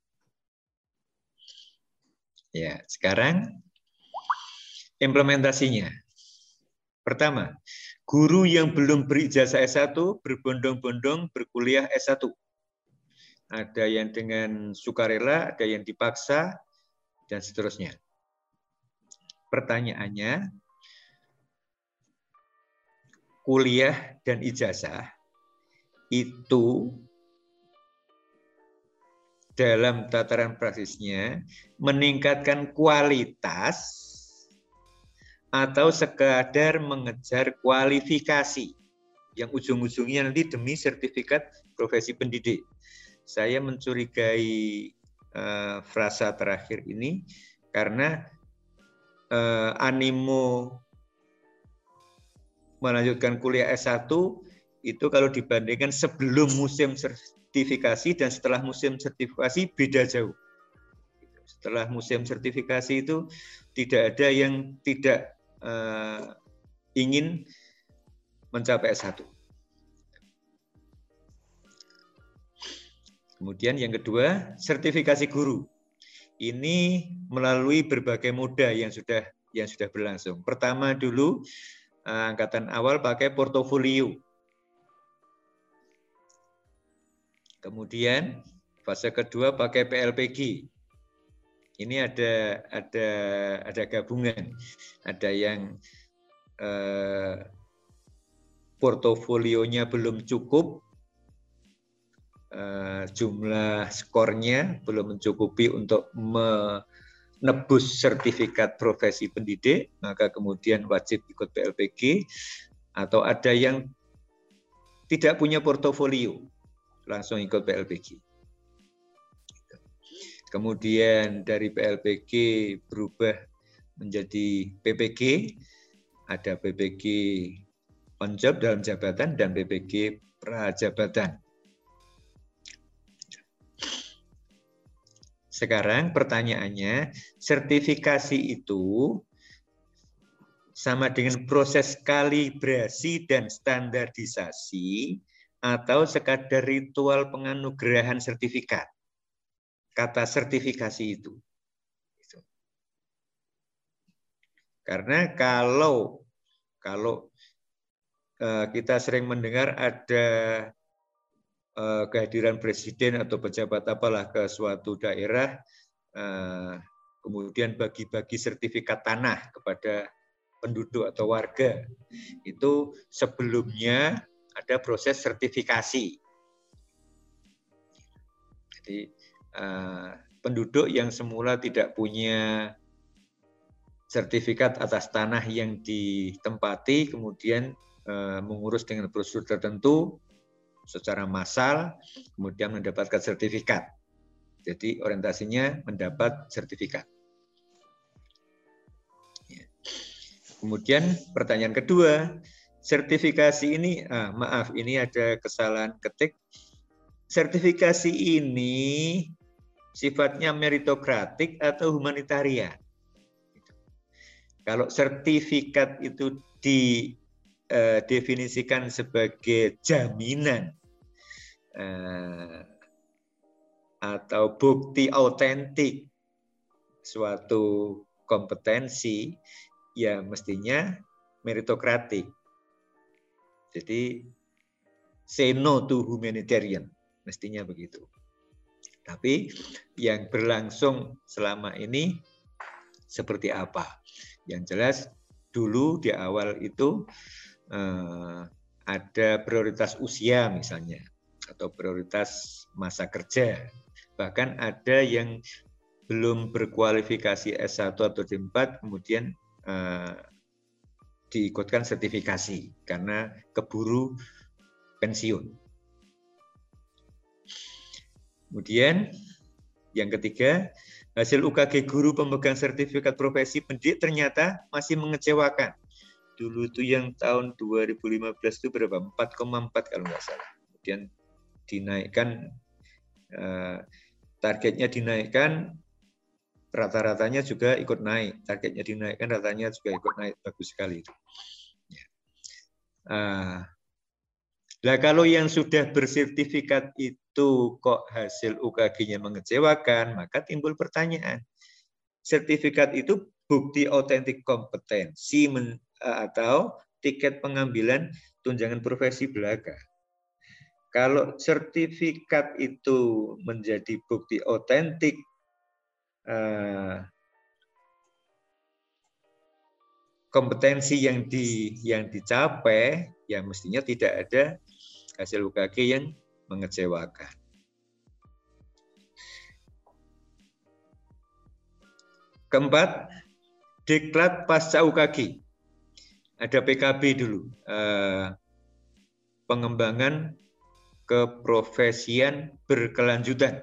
Ya, sekarang implementasinya. Pertama, guru yang belum berijazah S satu berbondong-bondong berkuliah S satu. Ada yang dengan sukarela, ada yang dipaksa, dan seterusnya. Pertanyaannya, kuliah dan ijazah itu dalam tataran praksisnya meningkatkan kualitas atau sekadar mengejar kualifikasi yang ujung-ujungnya nanti demi sertifikat profesi pendidik. Saya mencurigai uh, frasa terakhir ini karena uh, animo melanjutkan kuliah S satu itu kalau dibandingkan sebelum musim sertifikasi dan setelah musim sertifikasi beda jauh. Setelah musim sertifikasi itu tidak ada yang tidak uh, ingin mencapai S satu. Kemudian yang kedua, sertifikasi guru. Ini melalui berbagai moda yang sudah yang sudah berlangsung. Pertama dulu uh, angkatan awal pakai portofolio. Kemudian fase kedua pakai P L P G. Ini ada ada ada gabungan. Ada yang eh, portofolionya belum cukup, eh, jumlah skornya belum mencukupi untuk menebus sertifikat profesi pendidik, maka kemudian wajib ikut P L P G. Atau ada yang tidak punya portofolio, langsung ikut P L P G. Kemudian dari P L P G berubah menjadi P P G, ada P P G on job dalam jabatan dan P P G prajabatan. Sekarang pertanyaannya, sertifikasi itu sama dengan proses kalibrasi dan standarisasi atau sekadar ritual penganugerahan sertifikat. Kata sertifikasi itu. Karena kalau kalau uh, kita sering mendengar ada uh, kehadiran presiden atau pejabat apalah ke suatu daerah, uh, kemudian bagi-bagi sertifikat tanah kepada penduduk atau warga, itu sebelumnya ada proses sertifikasi. Jadi uh, penduduk yang semula tidak punya sertifikat atas tanah yang ditempati, kemudian eh, mengurus dengan prosedur tertentu secara massal, kemudian mendapatkan sertifikat. Jadi orientasinya mendapat sertifikat. Ya. Kemudian pertanyaan kedua, sertifikasi ini, ah, maaf, ini ada kesalahan ketik. Sertifikasi ini sifatnya meritokratik atau humanitarian. Kalau sertifikat itu didefinisikan sebagai jaminan eh, atau bukti autentik suatu kompetensi, ya mestinya meritokratik. Jadi say no to humanitarian, mestinya begitu. Tapi yang berlangsung selama ini seperti apa? Yang jelas dulu di awal itu eh, ada prioritas usia misalnya, atau prioritas masa kerja. Bahkan ada yang belum berkualifikasi S satu atau D empat kemudian eh, diikutkan sertifikasi karena keburu pensiun. Kemudian yang ketiga, hasil U K G guru pemegang sertifikat profesi pendidik ternyata masih mengecewakan. Dulu itu yang tahun dua ribu lima belas itu berapa? empat koma empat kalau nggak salah. Kemudian dinaikkan, eh, targetnya dinaikkan, rata-ratanya juga ikut naik. Targetnya dinaikkan, ratanya juga ikut naik. Bagus sekali itu. Uh, Nah, kalau yang sudah bersertifikat itu kok hasil U K G-nya mengecewakan, maka timbul pertanyaan. Sertifikat itu bukti otentik kompetensi men, atau tiket pengambilan tunjangan profesi belaka. Kalau sertifikat itu menjadi bukti otentik uh, kompetensi yang di yang dicapai, ya mestinya tidak ada hasil U K G yang mengecewakan. Keempat, diklat pasca U K G. Ada P K B dulu, eh, pengembangan keprofesian berkelanjutan.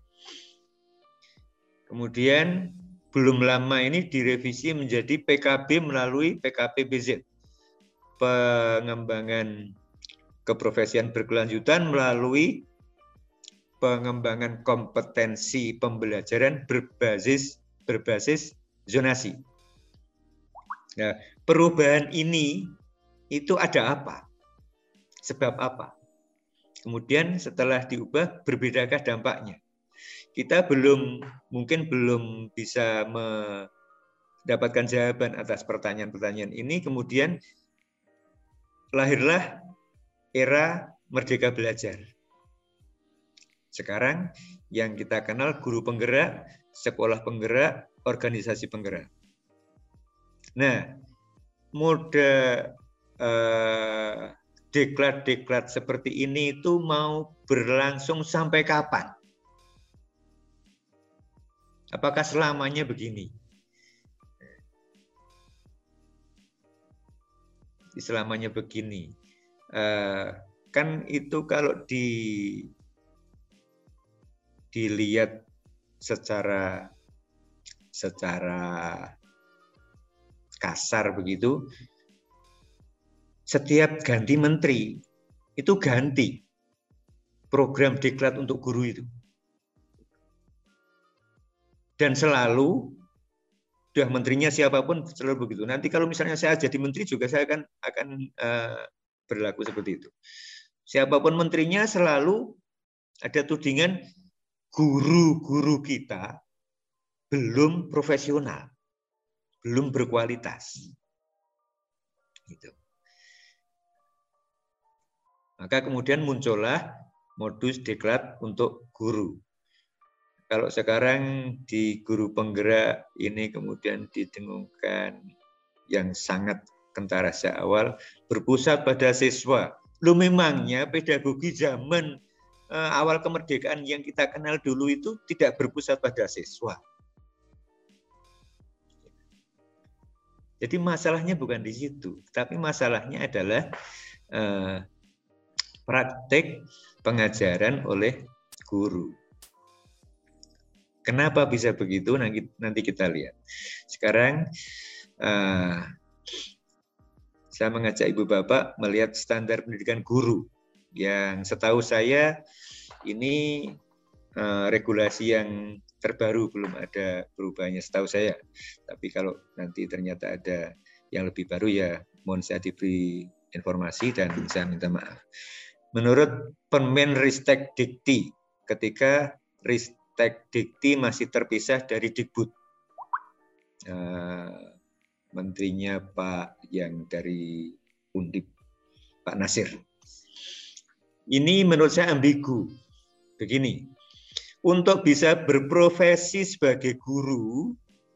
Kemudian belum lama ini direvisi menjadi P K B melalui P K P B Z, pengembangan keprofesian berkelanjutan melalui pengembangan kompetensi pembelajaran berbasis berbasis zonasi. Nah, perubahan ini itu ada apa? Sebab apa? Kemudian setelah diubah, berbedakah dampaknya? Kita belum, mungkin belum bisa mendapatkan jawaban atas pertanyaan-pertanyaan ini. Kemudian lahirlah era Merdeka Belajar. Sekarang yang kita kenal guru penggerak, sekolah penggerak, organisasi penggerak. Nah, mode eh, deklat-deklat seperti ini itu mau berlangsung sampai kapan? Apakah selamanya begini? Selamanya begini. Uh, kan itu kalau di, dilihat secara secara kasar begitu, setiap ganti menteri itu ganti program diklat untuk guru itu, dan selalu udah menterinya siapapun selalu begitu. Nanti kalau misalnya saya jadi menteri juga saya akan akan uh, berlaku seperti itu. Siapapun menterinya selalu ada tudingan guru-guru kita belum profesional, belum berkualitas. Gitu. Maka kemudian muncullah modus diklat untuk guru. Kalau sekarang di guru penggerak ini kemudian didengungkan yang sangat kentara sejak awal, berpusat pada siswa. Lu memangnya pedagogi zaman eh, awal kemerdekaan yang kita kenal dulu itu tidak berpusat pada siswa. Jadi masalahnya bukan di situ, tapi masalahnya adalah eh, praktek pengajaran oleh guru. Kenapa bisa begitu? Nanti, nanti kita lihat. Sekarang eh, saya mengajak ibu bapak melihat standar pendidikan guru. Yang setahu saya ini eh, regulasi yang terbaru, belum ada perubahannya setahu saya. Tapi kalau nanti ternyata ada yang lebih baru ya mohon saya diberi informasi dan saya minta maaf. Menurut Permen Ristek Dikti, ketika Ristek Dikti masih terpisah dari Dikbud, eh, menterinya Pak yang dari Undip, Pak Nasir. Ini menurut saya ambigu. Begini, untuk bisa berprofesi sebagai guru,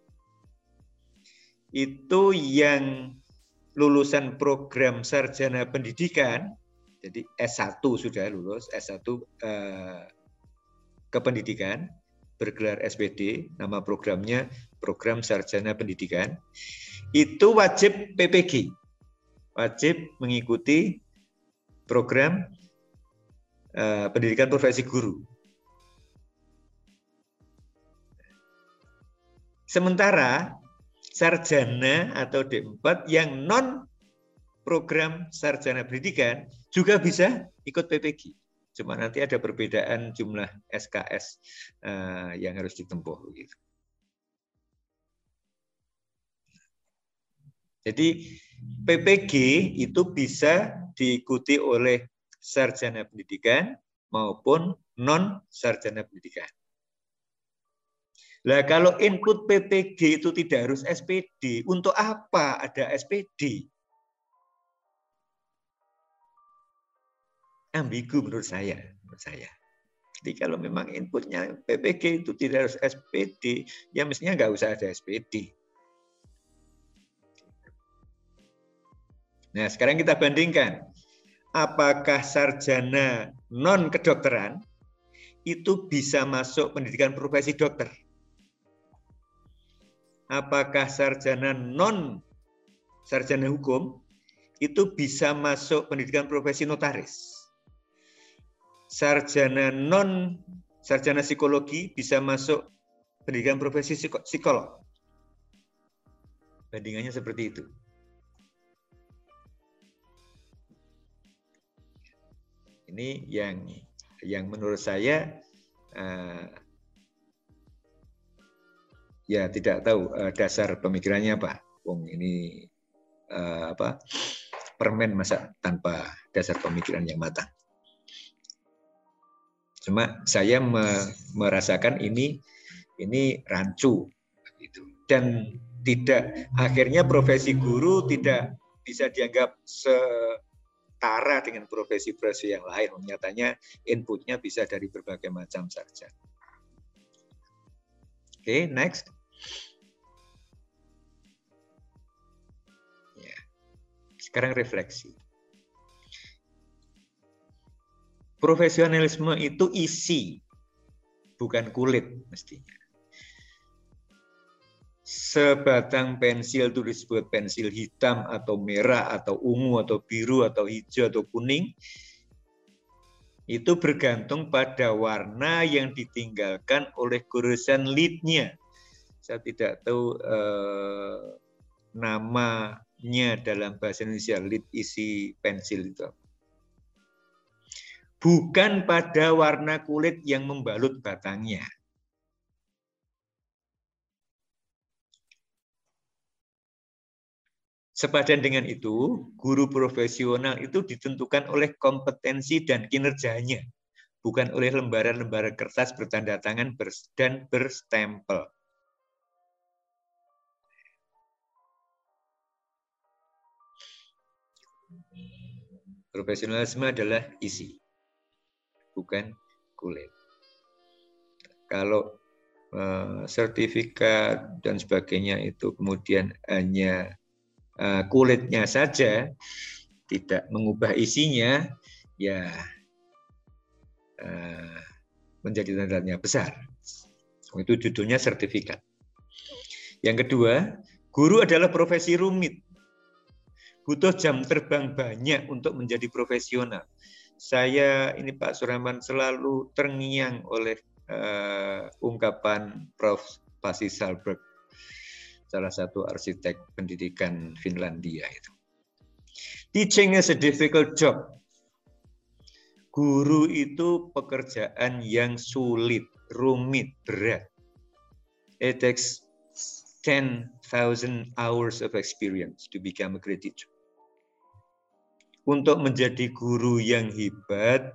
itu yang lulusan program sarjana pendidikan, jadi S satu sudah lulus, S satu eh, kependidikan, bergelar S P D, nama programnya Program Sarjana Pendidikan, itu wajib P P G, wajib mengikuti program eh, pendidikan profesi guru. Sementara sarjana atau D empat yang non program sarjana pendidikan juga bisa ikut P P G. Cuma nanti ada perbedaan jumlah S K S uh, yang harus ditempuh. Gitu. Jadi P P G itu bisa diikuti oleh sarjana pendidikan maupun non sarjana pendidikan. Lah kalau input P P G itu tidak harus S P D, untuk apa ada S P D? Ambigu menurut saya, menurut saya. Jadi kalau memang inputnya P P G itu tidak harus S P D, ya mestinya nggak usah ada S P D. Nah sekarang kita bandingkan, apakah sarjana non kedokteran itu bisa masuk pendidikan profesi dokter? Apakah sarjana non sarjana hukum itu bisa masuk pendidikan profesi notaris? Sarjana non sarjana psikologi bisa masuk pendidikan profesi psikolog. Bandingannya seperti itu. Ini yang yang menurut saya uh, ya tidak tahu uh, dasar pemikirannya apa. Wong ini uh, apa permen masa tanpa dasar pemikiran yang matang. Cuma saya me merasakan ini ini rancu gitu. Dan tidak akhirnya profesi guru tidak bisa dianggap setara dengan profesi-profesi yang lain. Nyatanya inputnya bisa dari berbagai macam sarjana. Oke, okay, next. Ya. Sekarang refleksi. Profesionalisme itu isi, bukan kulit mestinya. Sebatang pensil itu disebut pensil hitam atau merah atau ungu atau biru atau hijau atau kuning, itu bergantung pada warna yang ditinggalkan oleh goresan lidnya. Saya tidak tahu eh, namanya dalam bahasa Indonesia, lid isi pensil itu. Bukan pada warna kulit yang membalut batangnya. Sepadan dengan itu, guru profesional itu ditentukan oleh kompetensi dan kinerjanya, bukan oleh lembaran-lembaran kertas bertanda tangan dan berstempel. Profesionalisme adalah isi, bukan kulit. Kalau uh, sertifikat dan sebagainya itu kemudian hanya uh, kulitnya saja, tidak mengubah isinya, ya uh, menjadi tandanya besar. Itu judulnya sertifikat. Yang kedua, Guru adalah profesi rumit. Butuh jam terbang banyak untuk menjadi profesional. Saya ini Pak Surahman selalu terngiang oleh uh, ungkapan Profesor Pasi Sahlberg, salah satu arsitek pendidikan Finlandia itu. Teaching is a difficult job. Guru itu pekerjaan yang sulit, rumit, berat. It takes ten thousand hours of experience to become a great teacher. Untuk menjadi guru yang hebat,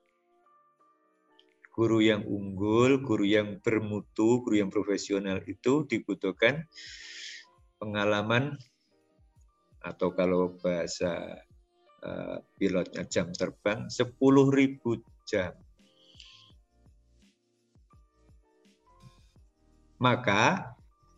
guru yang unggul, guru yang bermutu, guru yang profesional itu dibutuhkan pengalaman atau kalau bahasa uh, pilotnya jam terbang sepuluh ribu jam. Maka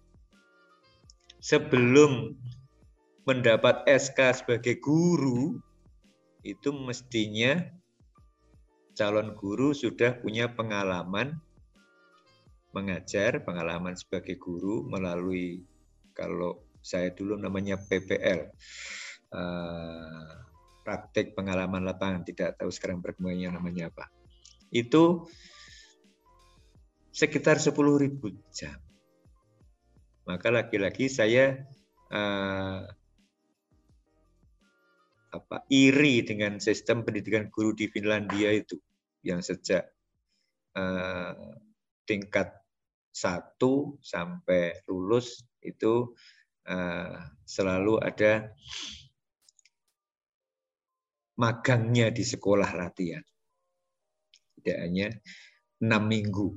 sebelum mendapat S K sebagai guru, itu mestinya calon guru sudah punya pengalaman mengajar, pengalaman sebagai guru melalui, kalau saya dulu namanya P P L, uh, praktek pengalaman lapangan, tidak tahu sekarang perkembangannya namanya apa. Itu sekitar sepuluh ribu jam. Maka lagi-lagi saya uh, apa, iri dengan sistem pendidikan guru di Finlandia itu, yang sejak uh, tingkat satu sampai lulus itu uh, selalu ada magangnya di sekolah latihan. Tidak hanya enam minggu.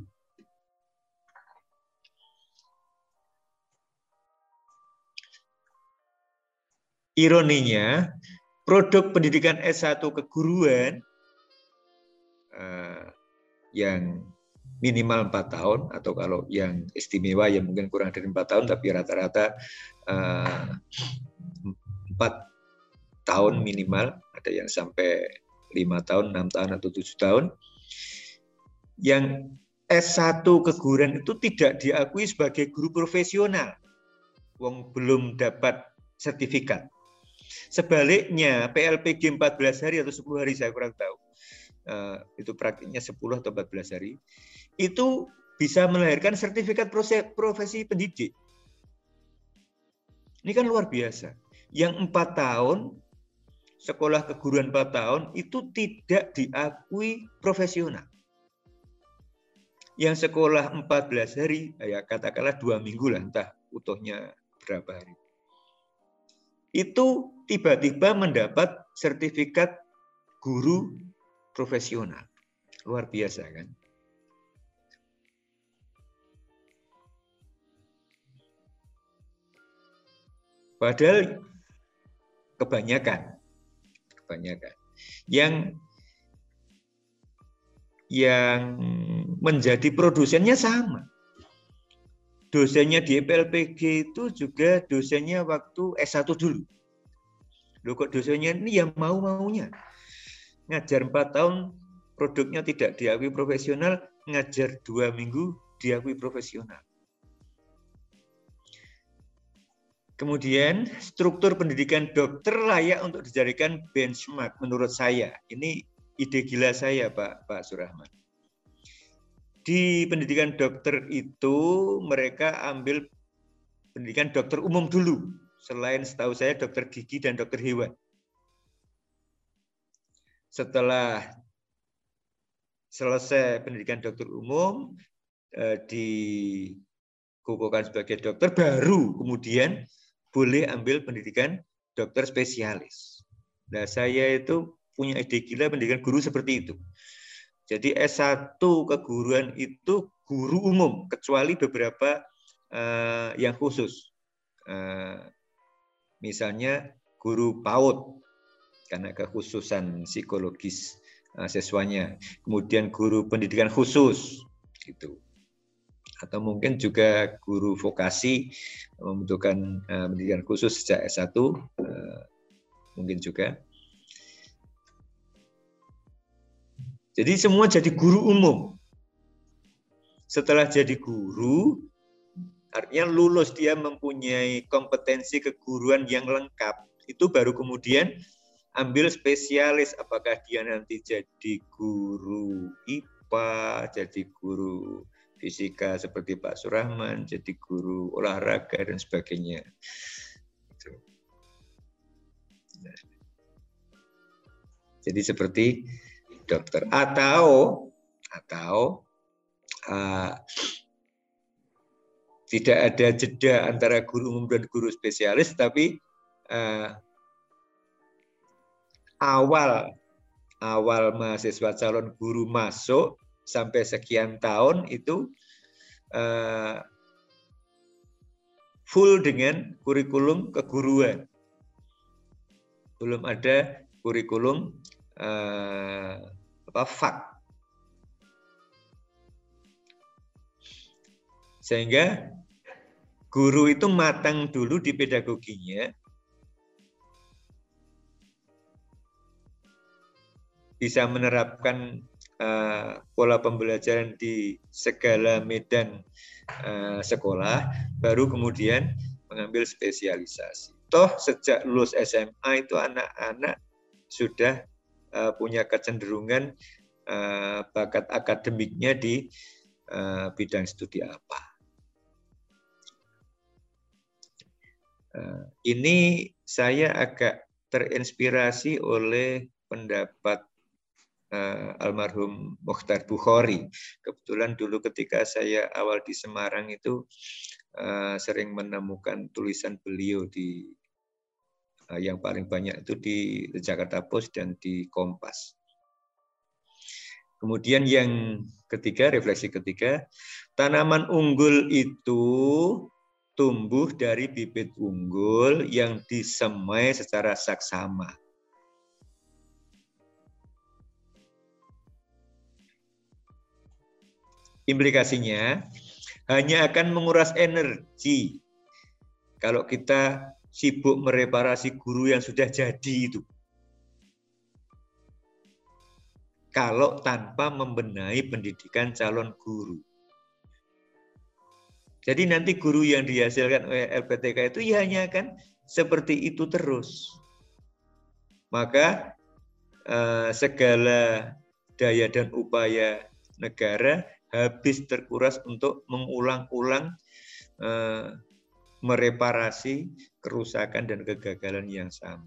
Ironinya, produk pendidikan S satu keguruan uh, yang minimal empat tahun, atau kalau yang istimewa ya mungkin kurang dari empat tahun, tapi rata-rata uh, empat tahun minimal, ada yang sampai lima tahun, enam tahun, atau tujuh tahun. Yang S satu keguruan itu tidak diakui sebagai guru profesional, wong belum dapat sertifikat. Sebaliknya P L P G empat belas hari atau sepuluh hari, saya kurang tahu, uh, itu praktiknya sepuluh atau empat belas hari, itu bisa melahirkan sertifikat profesi pendidik. Ini kan luar biasa. Yang empat tahun, sekolah keguruan empat tahun, itu tidak diakui profesional. Yang sekolah empat belas hari, ya katakanlah dua minggu lah, entah utuhnya berapa hari, itu tiba-tiba mendapat sertifikat guru profesional. Luar biasa kan? Padahal kebanyakan, kebanyakan yang yang menjadi produsennya sama. Dosennya di P L P G itu juga dosennya waktu S satu dulu. Loh, kok dosennya ini yang mau-maunya. Ngajar empat tahun, produknya tidak diakui profesional, ngajar dua minggu diakui profesional. Kemudian struktur pendidikan dokter layak untuk dijadikan benchmark menurut saya. Ini ide gila saya, Pak Pak Surahman. Di pendidikan dokter itu mereka ambil pendidikan dokter umum dulu. Selain setahu saya dokter gigi dan dokter hewan. Setelah selesai pendidikan dokter umum, eh, dikukuhkan sebagai dokter, baru kemudian boleh ambil pendidikan dokter spesialis. Nah, saya itu punya ide gila pendidikan guru seperti itu. Jadi S satu keguruan itu guru umum, kecuali beberapa uh, yang khusus. Uh, misalnya guru PAUD, karena kekhususan psikologis uh, siswanya. Kemudian guru pendidikan khusus, gitu. Atau mungkin juga guru vokasi membutuhkan uh, pendidikan khusus sejak S satu, uh, mungkin juga. Jadi semua jadi guru umum. Setelah jadi guru, Artinya lulus, dia mempunyai kompetensi keguruan yang lengkap. Itu baru kemudian ambil spesialis. Apakah dia nanti jadi guru I P A, jadi guru fisika seperti Pak Surahman, jadi guru olahraga dan sebagainya. Jadi seperti dokter, atau atau uh, tidak ada jeda antara guru umum dan guru spesialis, tapi uh, awal awal mahasiswa calon guru masuk sampai sekian tahun itu uh, full dengan kurikulum keguruan. Belum ada kurikulum uh, apa F A K. Sehingga guru itu matang dulu di pedagoginya, bisa menerapkan uh, pola pembelajaran di segala medan uh, sekolah, baru kemudian mengambil spesialisasi. Toh sejak lulus S M A itu anak-anak sudah uh, punya kecenderungan uh, bakat akademiknya di uh, bidang studi apa. Uh, ini saya agak terinspirasi oleh pendapat uh, almarhum Mokhtar Bukhari. Kebetulan dulu ketika saya awal di Semarang itu uh, sering menemukan tulisan beliau di uh, yang paling banyak itu di Jakarta Post dan di Kompas. Kemudian yang ketiga, refleksi ketiga, tanaman unggul itu tumbuh dari bibit unggul yang disemai secara saksama. Implikasinya hanya akan menguras energi kalau kita sibuk mereparasi guru yang sudah jadi itu. Kalau tanpa membenahi pendidikan calon guru. Jadi nanti guru yang dihasilkan oleh L P T K itu ya hanya akan seperti itu terus. Maka eh, segala daya dan upaya negara habis terkuras untuk mengulang-ulang eh, mereparasi kerusakan dan kegagalan yang sama.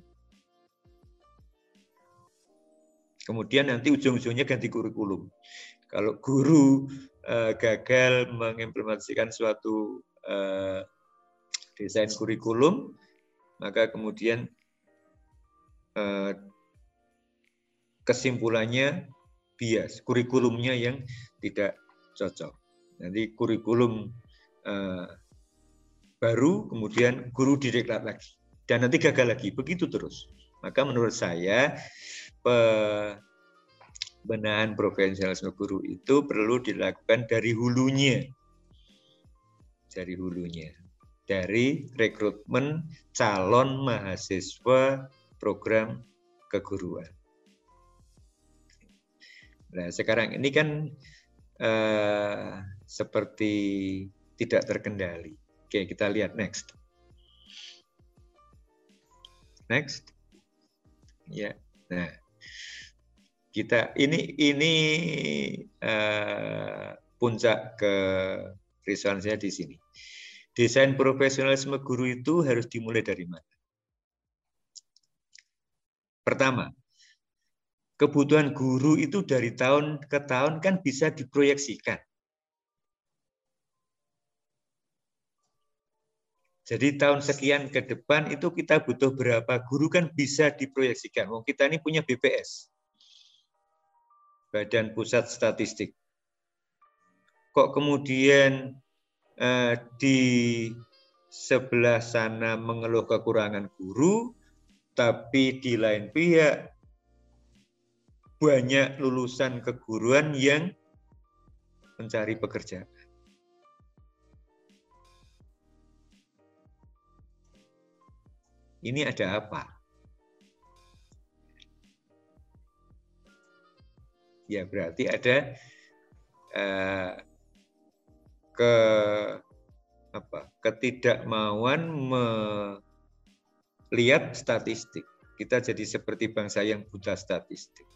Kemudian nanti ujung-ujungnya ganti kurikulum. Kalau guru uh, gagal mengimplementasikan suatu uh, desain kurikulum, maka kemudian uh, kesimpulannya bias, kurikulumnya yang tidak cocok. Nanti kurikulum uh, baru, kemudian guru direklat lagi, dan nanti gagal lagi, begitu terus. Maka menurut saya pembenahan profesionalisme guru itu perlu dilakukan dari hulunya, dari hulunya, dari rekrutmen calon mahasiswa program keguruan. Nah, sekarang ini kan eh, seperti tidak terkendali. Oke, kita lihat next. Next. Ya. Nah, kita ini ini uh, puncak ke kerisauan saya di sini. Desain profesionalisme guru itu harus dimulai dari mana? Pertama, kebutuhan guru itu dari tahun ke tahun kan bisa diproyeksikan. Jadi tahun sekian ke depan itu kita butuh berapa guru kan bisa diproyeksikan. Wong kita ini punya B P S, Badan Pusat Statistik. Kok kemudian eh, di sebelah sana mengeluh kekurangan guru, tapi di lain pihak banyak lulusan keguruan yang mencari pekerjaan. Ini ada apa? Ya berarti ada uh, ke apa ketidakmauan melihat statistik. Kita jadi seperti bangsa yang buta statistik.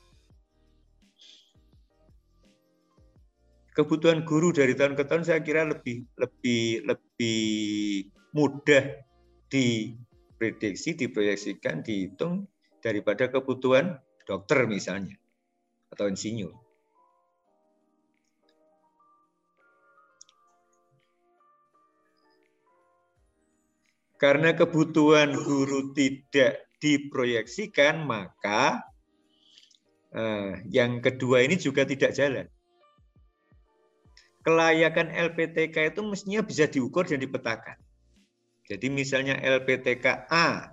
Kebutuhan guru dari tahun ke tahun saya kira lebih lebih lebih mudah diprediksi, diproyeksikan, dihitung daripada kebutuhan dokter misalnya atau insinyur. Karena kebutuhan guru tidak diproyeksikan, maka eh, yang kedua ini juga tidak jalan. Kelayakan L P T K itu mestinya bisa diukur dan dipetakan. Jadi misalnya L P T K A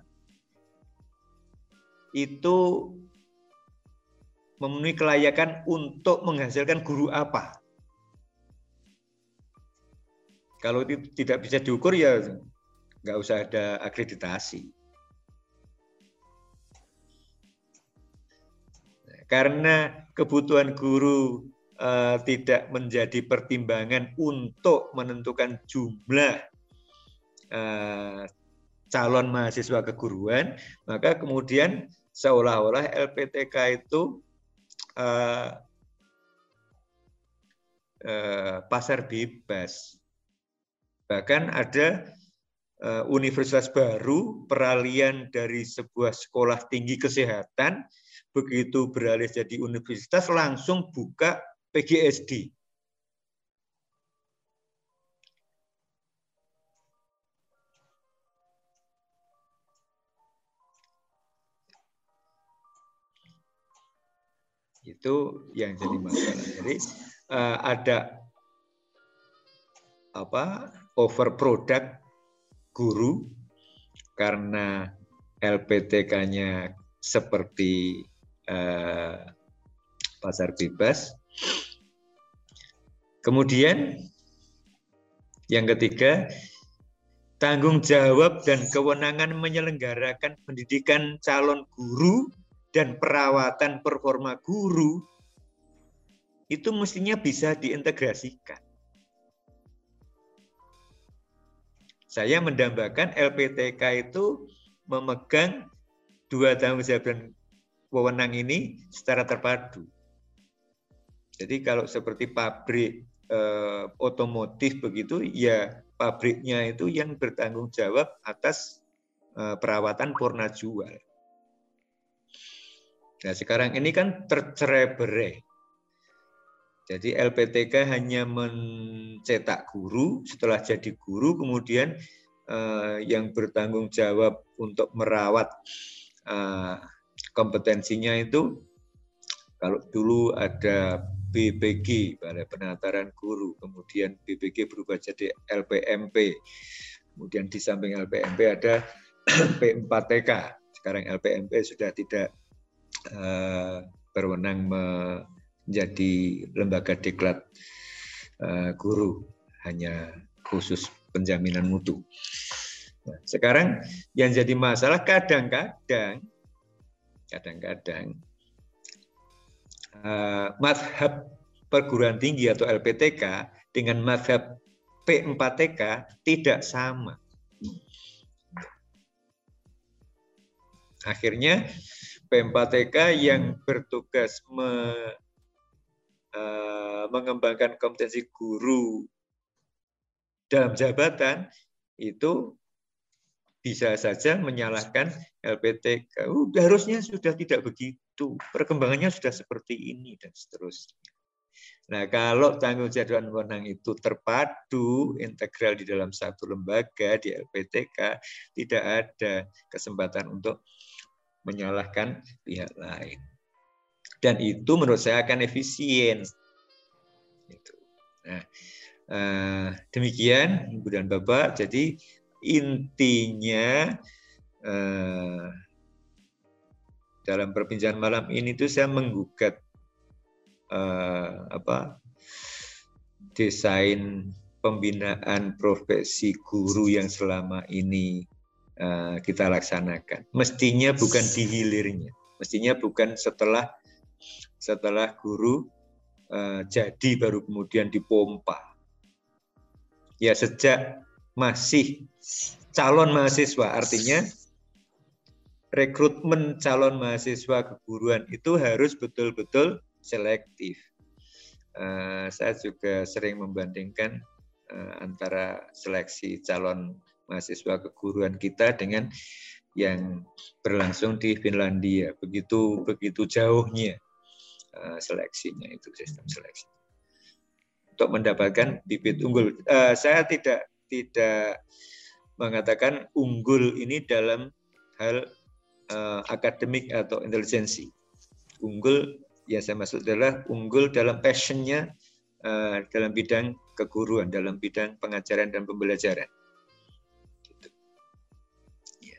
itu memenuhi kelayakan untuk menghasilkan guru apa. Kalau tidak bisa diukur ya nggak usah ada akreditasi. Karena kebutuhan guru eh, tidak menjadi pertimbangan untuk menentukan jumlah eh, calon mahasiswa keguruan, maka kemudian seolah-olah L P T K itu eh, eh, pasar bebas. Bahkan ada universitas baru, peralihan dari sebuah sekolah tinggi kesehatan, begitu beralih jadi universitas, langsung buka P G S D. Itu yang jadi masalah. Jadi ada apa overproduct guru karena L P T K-nya seperti eh, pasar bebas. Kemudian yang ketiga, tanggung jawab dan kewenangan menyelenggarakan pendidikan calon guru dan perawatan performa guru itu mestinya bisa diintegrasikan. Saya mendambakan L P T K itu memegang dua tanggung jawab dan wewenang ini secara terpadu. Jadi kalau seperti pabrik eh, otomotif begitu, ya pabriknya itu yang bertanggung jawab atas eh, perawatan porna jual. Nah sekarang ini kan tercerai-berai. Jadi L P T K hanya mencetak guru, setelah jadi guru kemudian eh, yang bertanggung jawab untuk merawat eh, kompetensinya itu, kalau dulu ada B P G, Balai Penataran Guru, kemudian B P G berubah jadi L P M P, kemudian di samping L P M P ada P empat T K, sekarang L P M P sudah tidak eh, berwenang menjadi lembaga diklat uh, guru, hanya khusus penjaminan mutu. Nah, sekarang yang jadi masalah kadang-kadang, kadang-kadang uh, mazhab perguruan tinggi atau L P T K dengan mazhab P empat T K tidak sama. Akhirnya P empat T K yang bertugas me, uh, mengembangkan kompetensi guru dalam jabatan itu bisa saja menyalahkan L P T K. Uh, harusnya sudah tidak begitu, perkembangannya sudah seperti ini dan seterusnya. Nah, kalau tanggung jawab dan wewenang itu terpadu, integral di dalam satu lembaga di L P T K, tidak ada kesempatan untuk menyalahkan pihak lain. Dan itu menurut saya akan efisien. Nah, eh, demikian Ibu dan Bapak. Jadi intinya eh, dalam perbincangan malam ini tuh saya menggugat eh, apa desain pembinaan profesi guru yang selama ini uh, kita laksanakan. Mestinya bukan di hilirnya, mestinya bukan setelah setelah guru uh, jadi baru kemudian dipompa. Ya sejak masih calon mahasiswa, artinya rekrutmen calon mahasiswa keguruan itu harus betul-betul selektif. Uh, saya juga sering membandingkan uh, antara seleksi calon mahasiswa keguruan kita dengan yang berlangsung di Finlandia. Begitu begitu jauhnya uh, seleksinya itu, sistem seleksi. Untuk mendapatkan bibit unggul, uh, saya tidak tidak mengatakan unggul ini dalam hal uh, akademik atau intelijensi. Unggul yang saya maksud adalah unggul dalam passionnya uh, dalam bidang keguruan, dalam bidang pengajaran dan pembelajaran. Gitu. Ya.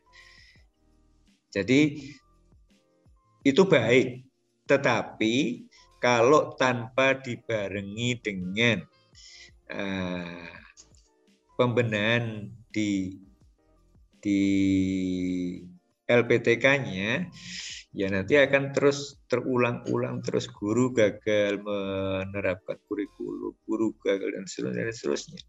Jadi itu baik, tetapi kalau tanpa dibarengi dengan uh, pembenahan di di L P T K-nya, ya nanti akan terus terulang-ulang, terus guru gagal menerapkan kurikulum, guru gagal dan seterusnya. Dan seterusnya.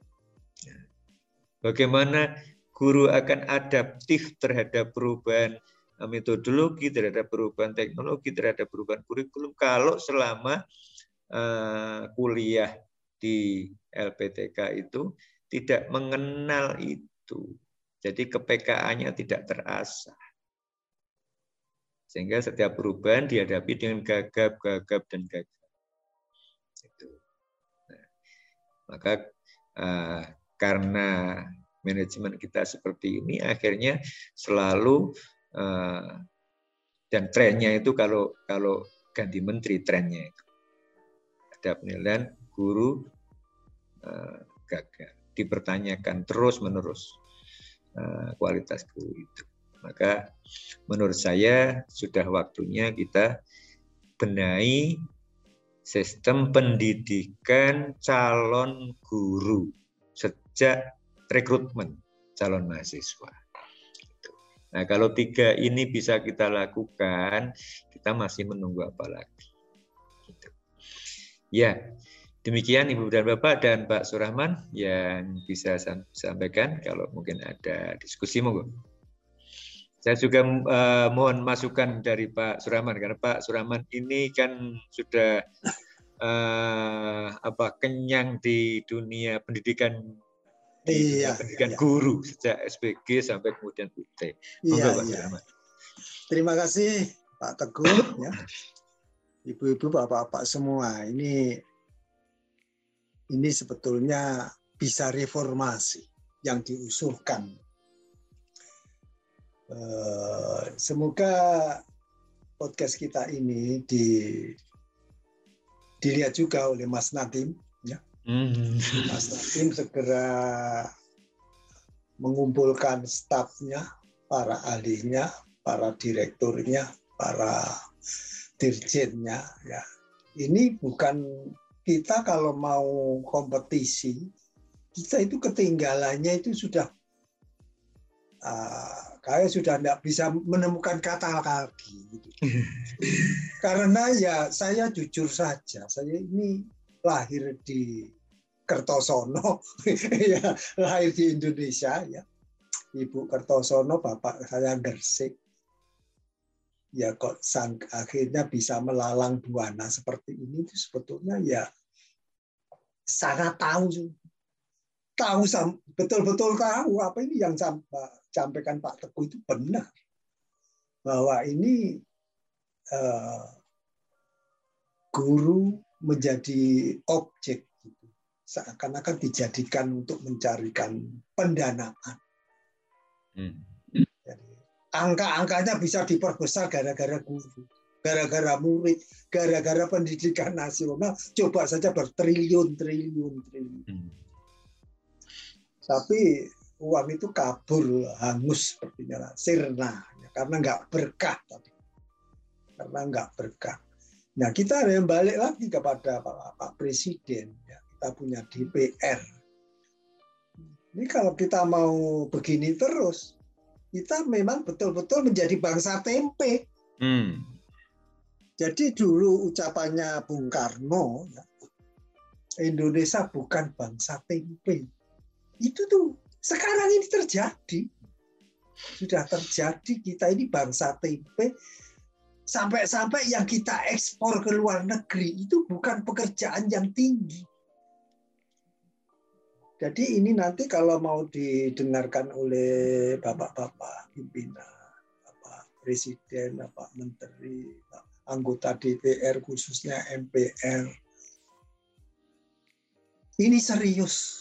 Bagaimana guru akan adaptif terhadap perubahan metodologi, terhadap perubahan teknologi, terhadap perubahan kurikulum, kalau selama uh, kuliah di L P T K itu tidak mengenal itu. Jadi ke P K A-nya tidak terasah. Sehingga setiap perubahan dihadapi dengan gagap, gagap, dan gagap. Itu. Nah, maka uh, karena manajemen kita seperti ini, akhirnya selalu uh, dan trennya itu kalau kalau ganti menteri, trennya itu ada penilaian guru uh, gagal, dipertanyakan terus menerus uh, kualitas guru itu. Maka menurut saya sudah waktunya kita benahi sistem pendidikan calon guru sejak rekrutmen calon mahasiswa. Nah, kalau tiga ini bisa kita lakukan, kita masih menunggu apa lagi? Gitu. Ya, demikian Ibu dan Bapak dan Pak Surahman yang bisa saya sampaikan. Kalau mungkin ada diskusi, monggo. Saya juga uh, mohon masukan dari Pak Surahman, karena Pak Surahman ini kan sudah uh, apa kenyang di dunia pendidikan, di dunia iya, pendidikan iya. guru sejak S P G sampai kemudian U T. Iya, Pak iya. Surahman. Terima kasih Pak Teguh, ya. Ibu-ibu, bapak-bapak semua. Ini ini sebetulnya bisa reformasi yang diusulkan. Semoga podcast kita ini di, dilihat juga oleh Mas Nadiem, ya. Hmm. Mas Nadiem segera mengumpulkan stafnya, para ahlinya, para direkturnya, para dirjennya. Ya, ini bukan kita kalau mau kompetisi, kita itu ketinggalannya itu sudah uh, kayak sudah tidak bisa menemukan kata lagi. Gitu. Karena ya saya jujur saja, saya ini lahir di Kertosono, ya, lahir di Indonesia, ya. Ibu Kertosono, bapak saya Gresik. Ya kok sang, akhirnya bisa melalang buana seperti ini, itu sebetulnya ya sangat tahu, tahu betul-betul tahu apa ini yang sampaikan Pak Teguh itu benar, bahwa ini eh, guru menjadi objek, gitu. Seakan-akan dijadikan untuk mencarikan pendanaan. Hmm. Angka-angkanya bisa diperbesar gara-gara guru, gara-gara murid, gara-gara pendidikan nasional. Coba saja bertriliun-triliun triliun. Hmm. Tapi uang itu kabur, hangus sepertinya, sirna, karena nggak berkah tadi, karena nggak berkah. Nah, kita ada yang balik lagi kepada Pak, Pak Presiden. Ya, kita punya D P R. Ini kalau kita mau begini terus, kita memang betul-betul menjadi bangsa tempe. Hmm. Jadi dulu ucapannya Bung Karno, ya, Indonesia bukan bangsa tempe. Itu tuh sekarang ini terjadi. Sudah terjadi, kita ini bangsa tempe, sampai-sampai yang kita ekspor ke luar negeri itu bukan pekerjaan yang tinggi. Jadi ini nanti kalau mau didengarkan oleh bapak-bapak pimpinan, bapak presiden, bapak menteri, anggota D P R khususnya M P R, ini serius.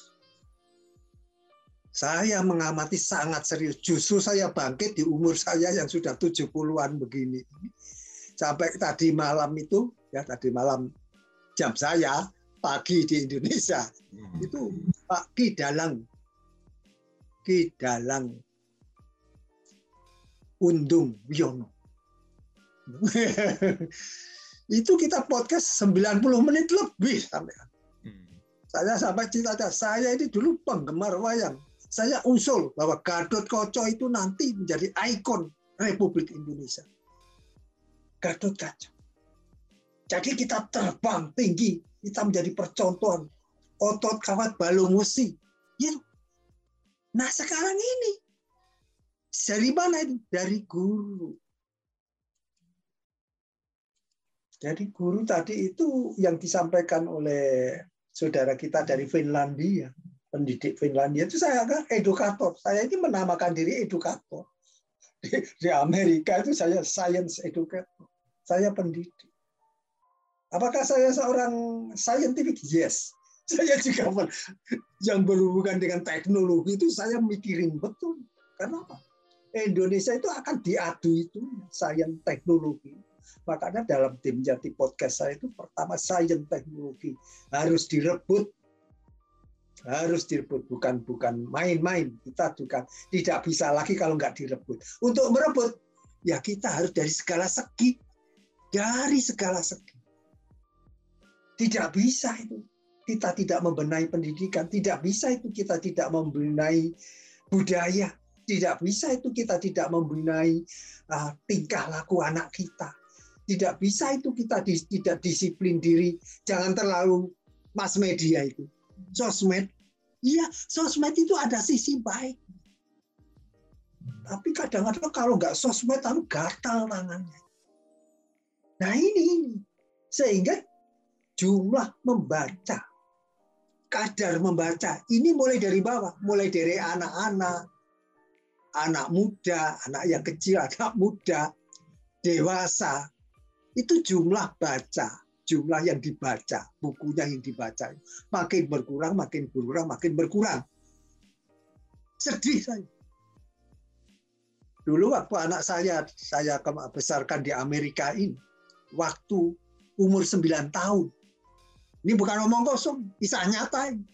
Saya mengamati sangat serius. Justru saya bangkit di umur saya yang sudah tujuh puluhan begini. Sampai tadi malam itu, ya tadi malam jam saya, pagi di Indonesia, itu Pak Ki Dalang, Ki Dalang Undung Wiono. Itu kita podcast sembilan puluh menit lebih sampai. Saya sampai cita-cita, saya ini dulu penggemar wayang. Saya usul bahwa Gatot Kaca itu nanti menjadi ikon Republik Indonesia. Gatot Kaca. Jadi kita terbang tinggi, kita menjadi percontohan. Otot kawat balung wesi. Ya. Nah sekarang ini, dari mana itu? Dari guru. Jadi guru tadi itu yang disampaikan oleh saudara kita dari Finlandia. Pendidik Finlandia itu saya kan edukator. Saya ini menamakan diri edukator. Di, di Amerika itu saya science educator. Saya pendidik. Apakah saya seorang scientific? Yes. Saya juga yang berhubungan dengan teknologi itu saya mikirin betul. Karena apa? Indonesia itu akan diadu itu science teknologi. Makanya dalam tim Jati Podcast saya itu pertama science teknologi harus direbut. Harus direbut, bukan bukan main-main. Kita juga tidak bisa lagi kalau nggak direbut. Untuk merebut, ya kita harus dari segala segi, dari segala segi. Tidak bisa itu kita tidak membenahi pendidikan, tidak bisa itu kita tidak membenahi budaya, tidak bisa itu kita tidak membenahi uh, tingkah laku anak kita, tidak bisa itu kita dis, tidak disiplin diri, jangan terlalu mass media itu, sosmed. Iya, sosmed itu ada sisi baik. Tapi kadang-kadang kalau nggak sosmed, lalu gatal tangannya. Nah ini, ini. Sehingga jumlah membaca, kadar membaca, ini mulai dari bawah. Mulai dari anak-anak, anak muda, anak yang kecil, anak muda, dewasa. Itu jumlah baca. Jumlah yang dibaca, bukunya yang dibaca, makin berkurang, makin berkurang, makin berkurang. Sedih saya. Dulu waktu anak saya, saya besarkan di Amerika ini, waktu umur sembilan tahun. Ini bukan omong kosong, kisah nyata ini.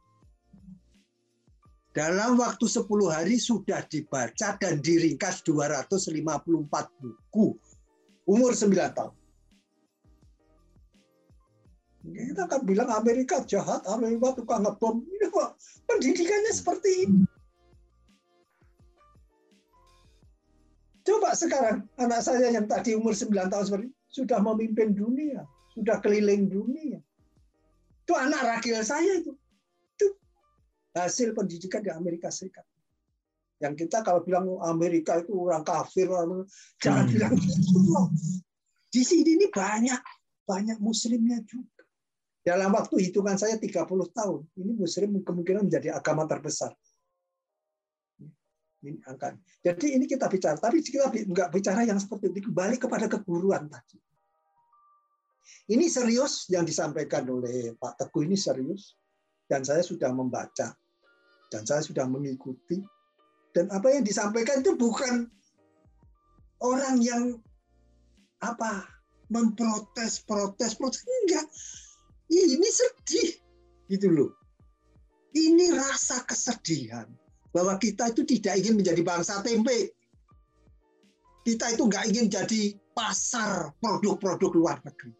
Dalam waktu sepuluh hari sudah dibaca dan diringkas dua ratus lima puluh empat buku. Umur sembilan tahun. Kita akan bilang Amerika jahat, Amerika tukang ngebom. Ini kok pendidikannya seperti ini. Coba sekarang anak saya yang tadi umur sembilan tahun seperti ini, sudah memimpin dunia, sudah keliling dunia. Itu anak ragil saya itu. Itu hasil pendidikan di Amerika Serikat. Yang kita kalau bilang Amerika itu orang kafir, orang, jangan hmm. bilang gitu. Di sini ini banyak banyak muslimnya juga. Dalam waktu hitungan saya tiga puluh tahun, ini muslim kemungkinan menjadi agama terbesar. Ini angka. Jadi ini kita bicara, tapi kita nggak bicara yang seperti itu. Kembali kepada keguruan tadi. Ini serius yang disampaikan oleh Pak Teguh, ini serius. Dan saya sudah membaca. Dan saya sudah mengikuti. Dan apa yang disampaikan itu bukan orang yang apa memprotes, protes, protes. Enggak. Ini sedih, gitu loh. Ini rasa kesedihan bahwa kita itu tidak ingin menjadi bangsa tempe. Kita itu nggak ingin jadi pasar produk-produk luar negeri.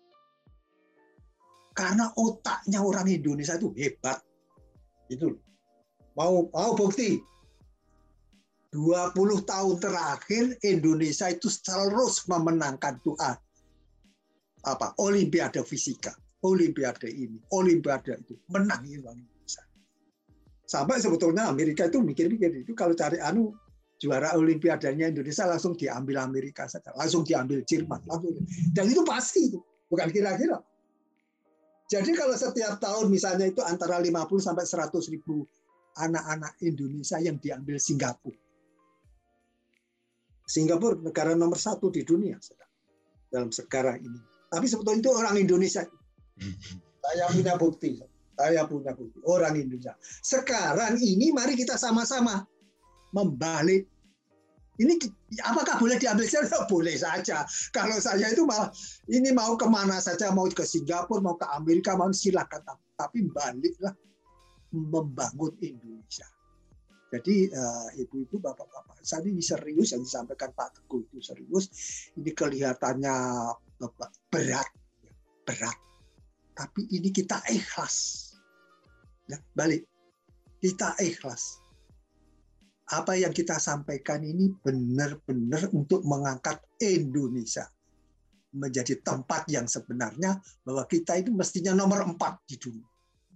Karena otaknya orang Indonesia itu hebat, gitu loh. Mau mau bukti? dua puluh tahun terakhir Indonesia itu terus memenangkan doa apa Olimpiade Fisika. Olimpiade ini, Olimpiade itu, menang Indonesia. Sampai sebetulnya Amerika itu mikir-mikir itu kalau cari anu juara olimpiadanya Indonesia langsung diambil Amerika saja, langsung diambil Jerman, langsung. Dan itu pasti itu, bukan kira-kira. Jadi kalau setiap tahun misalnya itu antara lima puluh sampai seratus ribu anak-anak Indonesia yang diambil Singapura. Singapura negara nomor satu di dunia dalam sekarang ini. Tapi sebetulnya itu orang Indonesia. Saya punya bukti. Saya punya bukti. Orang Indonesia. Sekarang ini mari kita sama-sama membalik. Ini apakah boleh diambil saja? Boleh saja. Kalau saya itu malah ini mau kemana saja, mau ke Singapura, mau ke Amerika, mau silakan. Tapi baliklah membangun Indonesia. Jadi uh, ibu-ibu, bapak-bapak, saat ini serius yang disampaikan Pak Teguh itu serius. Ini kelihatannya berat, berat. Tapi ini kita ikhlas. Ya, balik, kita ikhlas. Apa yang kita sampaikan ini benar-benar untuk mengangkat Indonesia menjadi tempat yang sebenarnya bahwa kita itu mestinya nomor empat di dunia.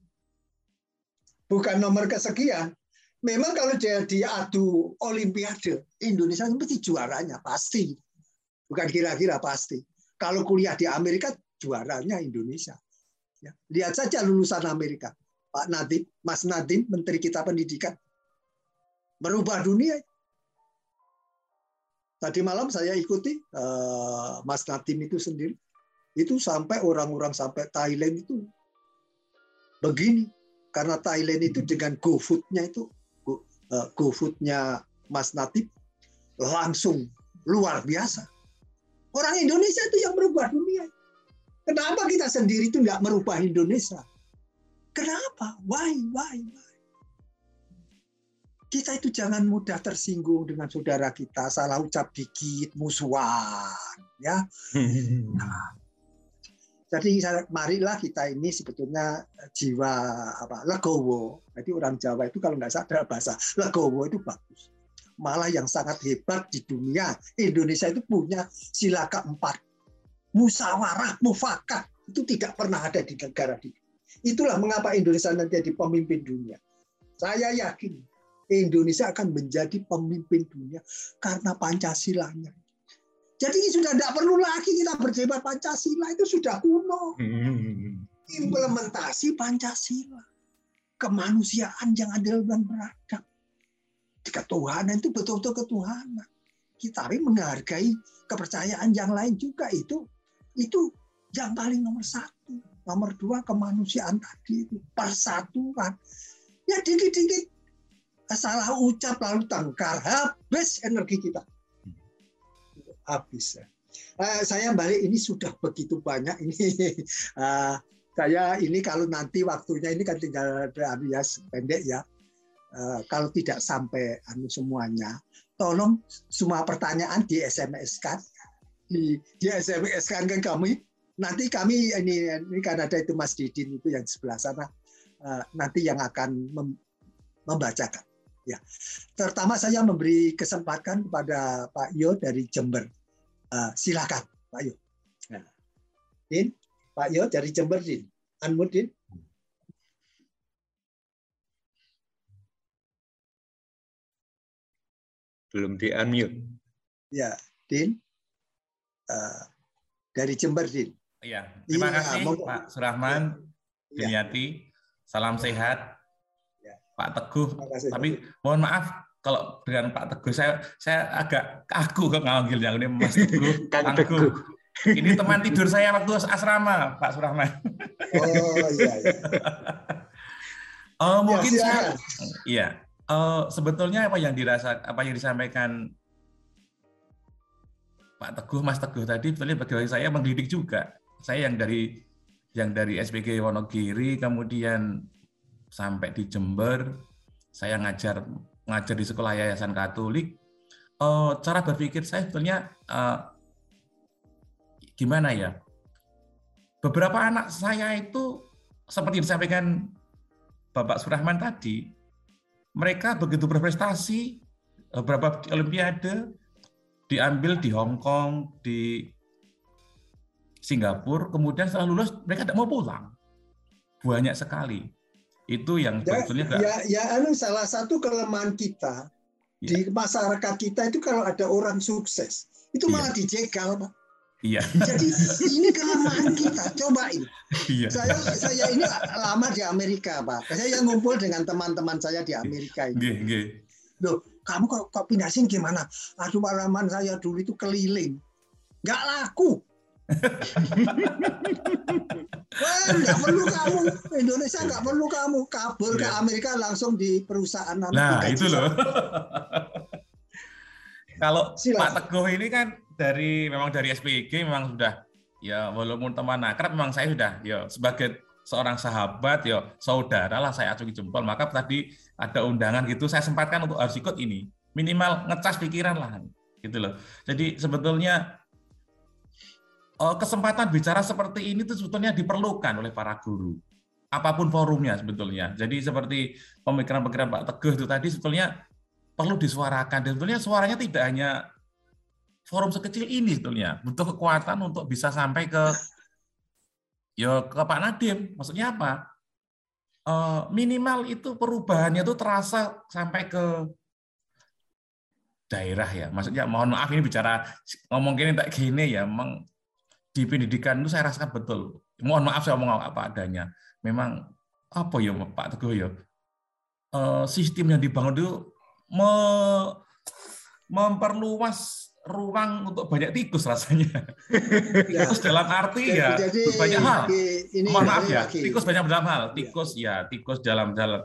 Bukan nomor kesekian. Memang kalau dia diadu Olimpiade, Indonesia mesti juaranya, pasti. Bukan kira-kira, pasti. Kalau kuliah di Amerika, juaranya Indonesia. Ya. Lihat saja lulusan Amerika. Pak Nadiem, Mas Nadiem, Menteri kita Pendidikan. Merubah dunia. Tadi malam saya ikuti uh, Mas Nadiem itu sendiri. Itu sampai orang-orang sampai Thailand itu begini. Karena Thailand itu dengan GoFood-nya itu, uh, GoFood-nya Mas Nadiem langsung luar biasa. Orang Indonesia itu yang merubah dunia. Kenapa kita sendiri itu nggak merubah Indonesia? Kenapa? Why? Why? Why? Kita itu jangan mudah tersinggung dengan saudara kita, salah ucap dikit, musuhan, ya. Nah, jadi marilah kita ini sebetulnya jiwa apa legowo. Jadi orang Jawa itu kalau nggak sadar bahasa legowo itu bagus. Malah yang sangat hebat di dunia Indonesia itu punya sila keempat, musyawarah mufakat itu tidak pernah ada di negara ini. Itulah mengapa Indonesia nanti jadi pemimpin dunia. Saya yakin Indonesia akan menjadi pemimpin dunia karena Pancasilanya. Jadi sudah tidak perlu lagi kita berdebat Pancasila, itu sudah kuno. Implementasi Pancasila, kemanusiaan yang adil dan beradab. Ketuhanan itu betul-betul ketuhanan. Kita tapi menghargai kepercayaan yang lain juga, itu itu yang paling nomor satu. Nomor dua kemanusiaan tadi itu persatuan. Ya dikit-dikit salah ucap lalu tangkar, habis energi kita. Habis. Uh, saya balik ini sudah begitu banyak ini. Uh, saya ini kalau nanti waktunya ini kan tinggal ya pendek ya. Uh, kalau tidak sampai anu semuanya, tolong semua pertanyaan di S M S-kan, di, di S M S-kan kan kami. Nanti kami ini ini kan ada itu Mas Didin itu yang sebelah sana, uh, nanti yang akan mem, membacakan. Ya, pertama saya memberi kesempatan kepada Pak Yo dari Jember. Uh, silakan, Pak Yo. Nah, Din, Pak Yo dari Jember, Din. Unmute, Din. Belum di unmute. Ya, Din. Uh, dari Jember, Din. Iya, terima iya, kasih mau... Pak Surahman, ya. Diniati. Salam ya. Sehat. Pak Teguh, kasih, tapi Teguh. Mohon maaf kalau dengan Pak Teguh saya saya agak kaku kok nganggilnya ini Mas Teguh. Kang Teguh. Ini teman tidur saya waktu asrama, Pak Surahman. Oh iya. iya. oh mungkin ya, saya, iya. Uh, sebetulnya apa yang dirasa, apa yang disampaikan Pak Teguh, Mas Teguh tadi, sebetulnya bagi saya mendidik juga. Saya yang dari yang dari S P G Wonogiri, kemudian sampai di Jember, saya ngajar ngajar di sekolah yayasan Katolik. Uh, cara berpikir saya sebetulnya uh, gimana ya? Beberapa anak saya itu seperti disampaikan Bapak Surahman tadi, mereka begitu berprestasi, beberapa Olimpiade diambil di Hong Kong, di Singapura, kemudian setelah lulus mereka tidak mau pulang. Banyak sekali. Itu yang Ya, sebetulnya nggak. ya, ya, anu salah satu kelemahan kita Ya. di masyarakat kita itu kalau ada orang sukses itu malah Iya. dijegal, Pak. Iya. Jadi ini kelemahan kita. Cobain. Iya. Saya saya ini lama di Amerika, Pak. Saya ngumpul dengan teman-teman saya di Amerika ini. Nggih, nggih. Loh, kamu kok, kok pindah sini gimana? Aduh, pengalaman saya dulu itu keliling. Nggak laku. Wah, nggak perlu kamu. Indonesia nggak perlu kamu. Kabur ke Amerika langsung di perusahaan Nah, Amerika. itu loh. Kalau Silakan. Pak Teguh ini kan dari memang dari S P G memang sudah ya walaupun teman akrab memang saya sudah ya sebagai seorang sahabat ya saudara lah saya acungi jempol. Maka tadi ada undangan gitu saya sempatkan untuk harus ikut ini. Minimal ngecas pikiran lah gitu loh. Jadi sebetulnya kesempatan bicara seperti ini itu sebetulnya diperlukan oleh para guru. Apapun forumnya sebetulnya. Jadi seperti pemikiran-pemikiran Pak Teguh itu tadi sebetulnya perlu disuarakan. Dan sebetulnya suaranya tidak hanya forum sekecil ini sebetulnya. Butuh kekuatan untuk bisa sampai ke ya ke Pak Nadiem. Maksudnya apa? Minimal itu perubahannya itu terasa sampai ke daerah ya. Maksudnya mohon maaf ini bicara ngomong gini tak gini ya. Memang di pendidikan itu saya rasakan betul. Mohon maaf saya ngomong apa adanya. Memang apa ya Pak Teguh ya, sistem yang dibangun itu me, memperluas ruang untuk banyak tikus rasanya. Ya. Tikus dalam arti ya Jadi, banyak hal. Ini, Mohon maaf ya, lagi. tikus banyak dalam hal. Tikus ya, ya tikus dalam dalam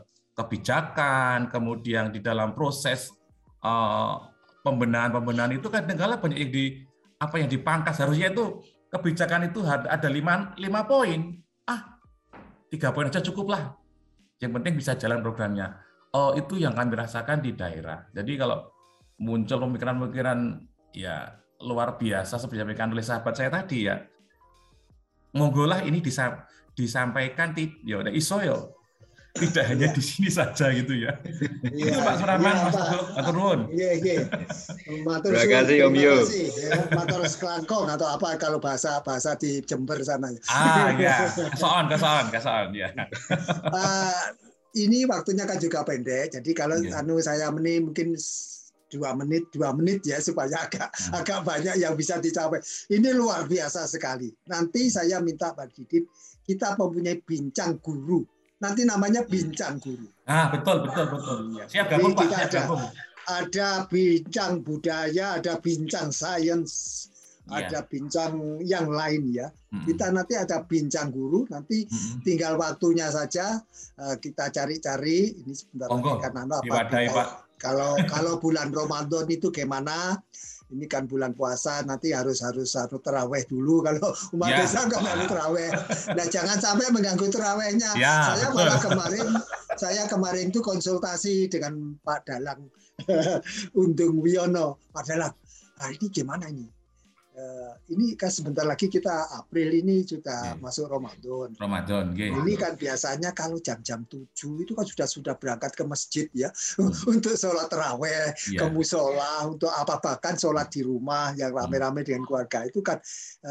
kebijakan, kemudian di dalam proses uh, pembenahan-pembenahan itu kadang-kadang banyak yang di apa yang dipangkas. Harusnya itu kebijakan itu ada lima, lima poin. Ah, tiga poin aja cukup lah. Yang penting bisa jalan programnya. Oh, itu yang kami rasakan di daerah. Jadi kalau muncul pemikiran-pemikiran ya luar biasa seperti yang disampaikan oleh sahabat saya tadi ya, monggolah ini disampaikan ya udah iso yo. Tidak hanya ya. Di sini saja gitu ya. Ya, itu Pak Suraman, ya, Mas Teguh, matur nuwun. Iya, iya. Matur terima kasih Om Yo. Ya, matur seklangkong atau apa kalau bahasa bahasa di Jember sana. Ah ya, kesoon, kesoon, kesoon ya. Uh, ini waktunya kan juga pendek, jadi kalau ya. anu saya ini mungkin dua menit, dua menit ya supaya agak hmm. agak banyak yang bisa dicapai. Ini luar biasa sekali. Nanti saya minta Pak Didit, kita mempunyai bincang guru. Nanti namanya bincang guru. Ah betul betul betul. Siap gabung Pak. Siap ada, gabung. Ada bincang budaya, ada bincang sains, ya. Ada bincang yang lain ya. Hmm. Kita nanti ada bincang guru. Nanti hmm. tinggal waktunya saja uh, kita cari-cari. Ini sebentar lagi kan apa? Diwadai, Pak. Kalau kalau bulan Ramadan itu gimana? Ini kan bulan puasa, nanti harus harus harus terawih dulu. Kalau umat ya. Islam kan harus terawih. Nah jangan sampai mengganggu terawihnya. Ya, saya betul. malah kemarin, saya kemarin itu konsultasi dengan Pak Dalang Undung Wiono. Pak Dalang, nah ini gimana ini? Uh, ini kan sebentar lagi kita April ini sudah yeah. masuk Ramadan. Ramadan, okay. Ini kan biasanya kalau jam-jam tujuh itu kan sudah sudah berangkat ke masjid ya hmm. untuk sholat taraweh, yeah. ke musola, untuk apa bahkan sholat di rumah yang rame-rame dengan keluarga itu kan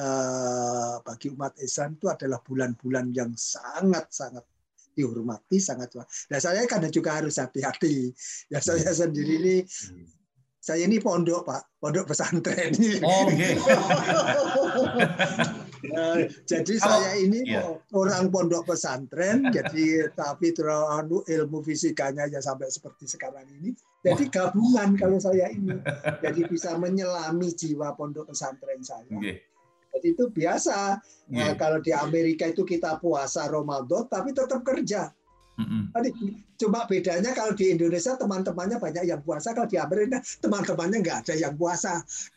uh, bagi umat Islam itu adalah bulan-bulan yang sangat-sangat dihormati, sangat. Nah saya kan juga harus hati-hati. Ya saya sendiri ini. Saya ini pondok Pak, pondok pesantren. Oh, okay. uh, jadi Halo. Saya ini yeah. orang pondok pesantren, jadi tapi terlalu ilmu fisikanya ya sampai seperti sekarang ini. Jadi gabungan kalau saya ini, jadi bisa menyelami jiwa pondok pesantren saya. Okay. Jadi itu biasa. Yeah. Uh, kalau di Amerika itu kita puasa Ramadan, tapi tetap kerja. Mm-hmm. Cuma bedanya kalau di Indonesia teman-temannya banyak yang puasa, kalau di Amerika teman-temannya nggak ada yang puasa.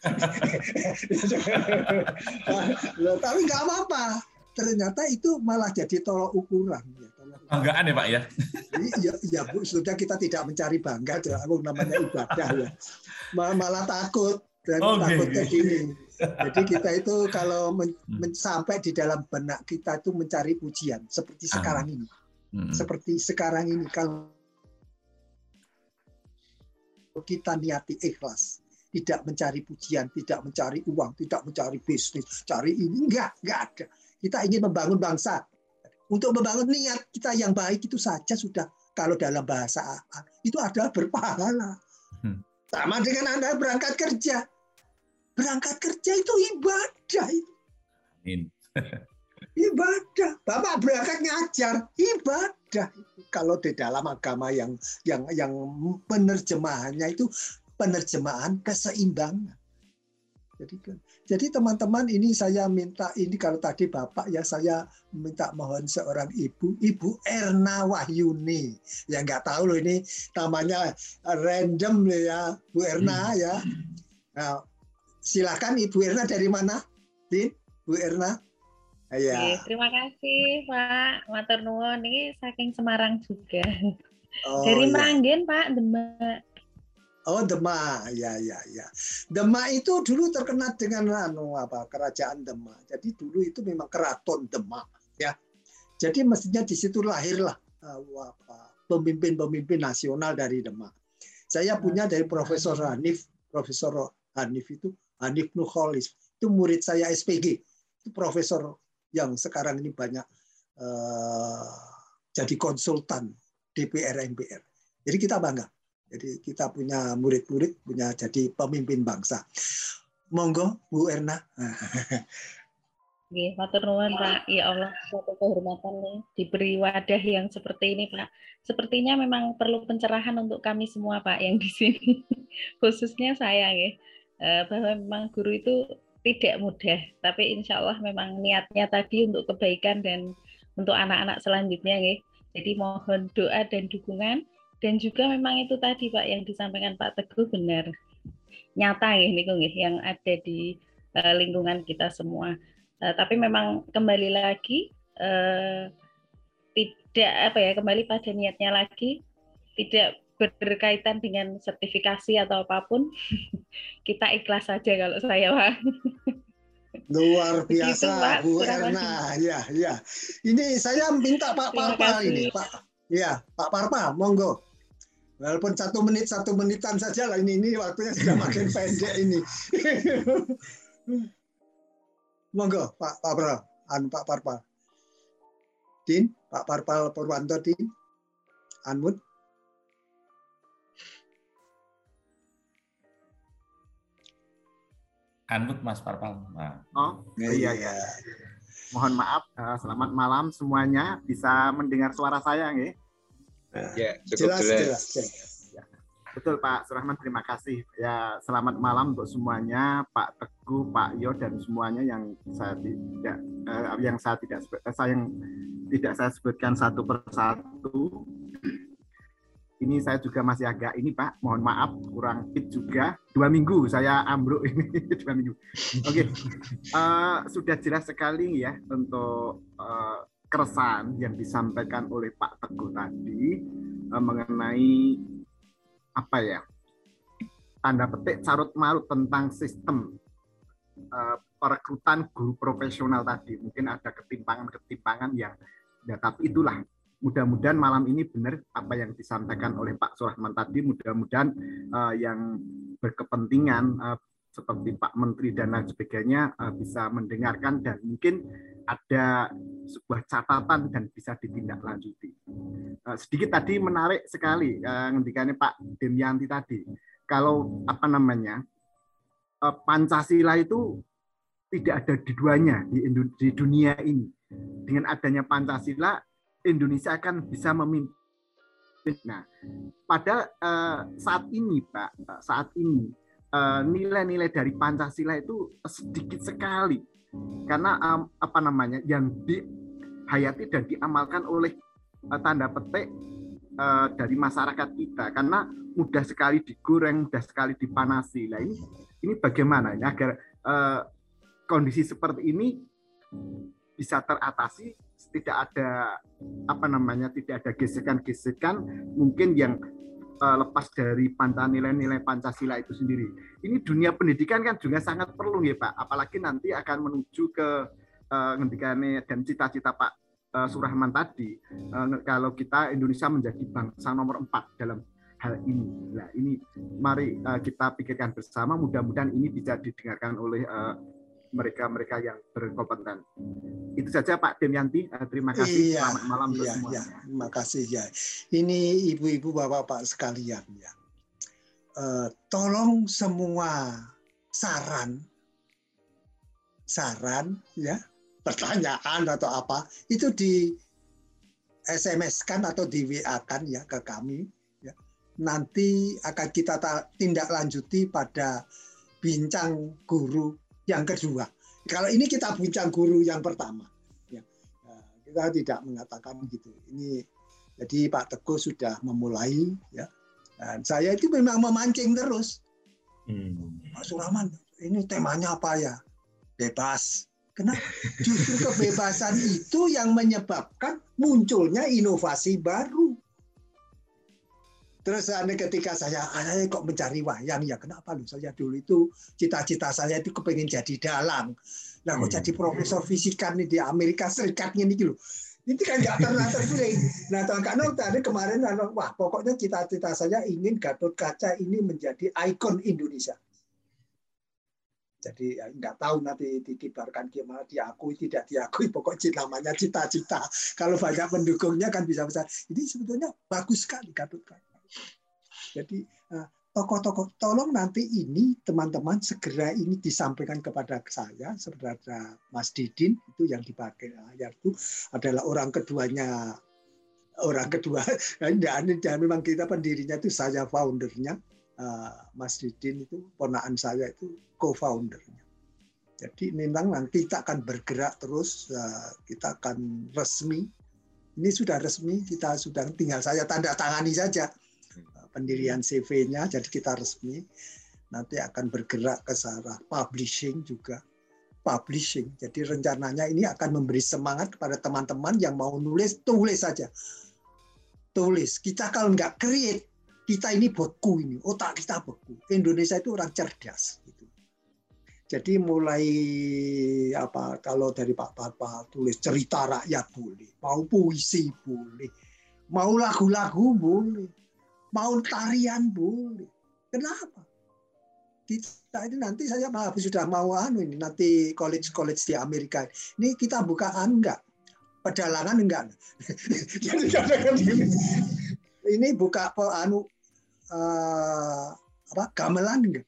Loh, tapi nggak apa-apa. Ternyata itu malah jadi tolok ukuran. Banggaan ya Pak ya? Iya, ya, Bu. Sudah kita tidak mencari bangga, aku namanya ibadah ya. Malah takut. Dan oh, takutnya okay. gini. Jadi kita itu kalau men- men- sampai di dalam benak kita itu mencari pujian seperti ah. sekarang ini. Hmm. Seperti sekarang ini kalau kita niati ikhlas, tidak mencari pujian, tidak mencari uang, tidak mencari bisnis, cari ini enggak, enggak ada. Kita ingin membangun bangsa. Untuk membangun niat kita yang baik itu saja sudah, kalau dalam bahasa itu adalah berpahala. Sama dengan Anda berangkat kerja. Berangkat kerja itu ibadah. Amin. Ibadah. Bapak berangkat ngajar, ibadah. Kalau di dalam agama yang yang yang penerjemahannya itu penerjemahan keseimbangan. Jadi jadi teman-teman, ini saya minta, ini kalau tadi Bapak ya, saya minta mohon seorang ibu, Ibu Erna Wahyuni. Ya nggak tahu loh, ini namanya random ya, Bu Erna ya. Nah, silakan Ibu Erna, dari mana? Din, Bu Erna. Ya. Terima kasih Pak, matur nuwun. Ini saking Semarang juga. Oh, dari Meranggen ya. Pak, Demak. Oh, Demak, ya, ya, ya. Demak itu dulu terkenal dengan anu apa, kerajaan Demak. Jadi dulu itu memang keraton Demak, ya. Jadi mestinya di situ lahirlah uh, apa, pemimpin-pemimpin nasional dari Demak. Saya punya dari Profesor Hanif, Profesor Hanif itu Hanif Nurholis, itu murid saya S P G, itu profesor yang sekarang ini banyak uh, jadi konsultan D P R M P R. Jadi kita bangga. Jadi kita punya murid-murid, punya jadi pemimpin bangsa. Monggo, Bu Erna. Nggih, matur nuwun Pak. Ya Allah, suatu kehormatan nih diberi wadah yang seperti ini Pak. Sepertinya memang perlu pencerahan untuk kami semua Pak yang di sini. Khususnya saya nggih. Bahwa memang guru itu tidak mudah, tapi insya Allah memang niatnya tadi untuk kebaikan dan untuk anak-anak selanjutnya nggih. Jadi mohon doa dan dukungan. Dan juga memang itu tadi Pak yang disampaikan Pak Teguh benar, nyata ya niku nggih yang ada di uh, lingkungan kita semua. Uh, tapi memang kembali lagi uh, tidak apa ya kembali pada niatnya lagi, tidak berkaitan dengan sertifikasi atau apapun. Kita ikhlas saja kalau saya Pak. Luar biasa begitu, Pak, Bu Erna. Ya, ya. Ini saya minta Pak Parpa ini, Pak. Ya, Pak Parpa, monggo. Walaupun satu menit satu menitan saja lah, ini ini waktunya sudah makin pendek ini. Monggo Pak Parpa, an Pak Parpa. Din, Pak Parpa Purwanto Din, Anmut. Anmut Mas Parpal. Nah. Oh iya ya. Mohon maaf, selamat malam semuanya. Bisa mendengar suara saya nggih? Ya, cukup jelas, jelas. jelas. Ya, betul Pak Surahman, terima kasih. Ya, selamat malam untuk semuanya, Pak Teguh, Pak Yo, dan semuanya yang saya tidak, eh, yang saya tidak, saya yang tidak saya sebutkan satu persatu. Ini saya juga masih agak ini Pak, mohon maaf, kurang fit juga. Dua minggu saya ambruk ini, dua minggu. Oke, okay. uh, sudah jelas sekali ya untuk uh, keresahan yang disampaikan oleh Pak Teguh tadi uh, mengenai apa ya, tanda petik carut marut tentang sistem uh, perekrutan guru profesional tadi. Mungkin ada ketimpangan-ketimpangan yang, ya tapi itulah. Mudah-mudahan malam ini benar apa yang disampaikan oleh Pak Surahman tadi. Mudah-mudahan uh, yang berkepentingan uh, seperti Pak Menteri dan lain sebagainya uh, bisa mendengarkan dan mungkin ada sebuah catatan dan bisa ditindaklanjuti. Uh, sedikit tadi menarik sekali uh, ngendikannya Pak Demyanti tadi. Kalau apa namanya uh, Pancasila itu tidak ada di duanya di, di dunia ini. Dengan adanya Pancasila, Indonesia akan bisa memimpin. Nah, pada uh, saat ini, Pak, saat ini uh, nilai-nilai dari Pancasila itu sedikit sekali, karena um, apa namanya yang dihayati dan diamalkan oleh uh, tanda petik uh, dari masyarakat kita, karena mudah sekali digoreng, mudah sekali dipanasi. Nah, ini ini bagaimana ini agar uh, kondisi seperti ini bisa teratasi? Tidak ada apa namanya tidak ada gesekan-gesekan mungkin yang uh, lepas dari panca nilai-nilai Pancasila itu sendiri. Ini dunia pendidikan kan juga sangat perlu ya Pak, apalagi nanti akan menuju ke uh, ngendikane dan cita-cita Pak uh, Surahman tadi, uh, kalau kita Indonesia menjadi bangsa nomor empat dalam hal ini. Nah, ini mari uh, kita pikirkan bersama, mudah-mudahan ini bisa didengarkan oleh uh, mereka-mereka yang berkompeten. itu saja Pak Demyanti. Terima kasih. Iya, Selamat malam untuk iya, semuanya. iya. Terima kasih ya. Ini ibu-ibu, bapak-bapak sekalian ya. Uh, tolong semua saran, saran ya, pertanyaan atau apa itu di S M S-kan atau di W A-kan ya ke kami. Ya. Nanti akan kita tindak lanjuti pada bincang guru yang kedua. Kalau ini kita bincang guru yang pertama. Ya. Kita tidak mengatakan gitu. Ini jadi Pak Teguh sudah memulai ya. Dan saya itu memang memancing terus. Hmm. Pak Surahman, ini temanya apa ya? Bebas. Kenapa? Justru kebebasan itu yang menyebabkan munculnya inovasi baru. Terus ketika saya, saya kok mencari wayang, ya kenapa loh? Saya dulu itu cita-cita saya itu kepengen jadi dalang. Nah kok hmm. jadi profesor fisika nih di Amerika Serikatnya nih loh. Itu kan nggak pernah terpilih. Nah, karena tadi kemarin, wah pokoknya cita-cita saya ingin Gatot-Kaca ini menjadi ikon Indonesia. Jadi ya, nggak tahu nanti dikibarkan gimana, diakui tidak diakui, pokoknya namanya cita-cita. Kalau banyak pendukungnya kan bisa besar. Ini sebetulnya bagus sekali Gatot-Kaca. Jadi tokoh-tokoh, tolong nanti ini teman-teman segera ini disampaikan kepada saya, kepada Mas Didin, itu yang dipakai layar itu adalah orang keduanya, orang kedua, dan memang kita pendirinya itu saya foundernya, Mas Didin itu ponaan saya itu co-foundernya. Jadi memang nanti kita akan bergerak terus, kita akan resmi, ini sudah resmi, kita sudah tinggal saya tanda tangani saja pendirian C V-nya, jadi kita resmi nanti akan bergerak ke arah publishing juga, publishing. Jadi rencananya ini akan memberi semangat kepada teman-teman yang mau nulis, tulis saja, tulis. Kita kalau nggak create, kita ini beku ini, otak kita beku. Indonesia itu orang cerdas. Gitu. Jadi mulai apa? Kalau dari Pak Bapak tulis cerita rakyat boleh, mau puisi boleh, mau lagu-lagu boleh. Mau tarian boleh. Kenapa? Kita ini nanti saya sudah mau anu ini nanti college-college di Amerika. Ini kita bukaan enggak? Pedalangan enggak? Jadi katakan ini buka anu uh, apa gamelan enggak?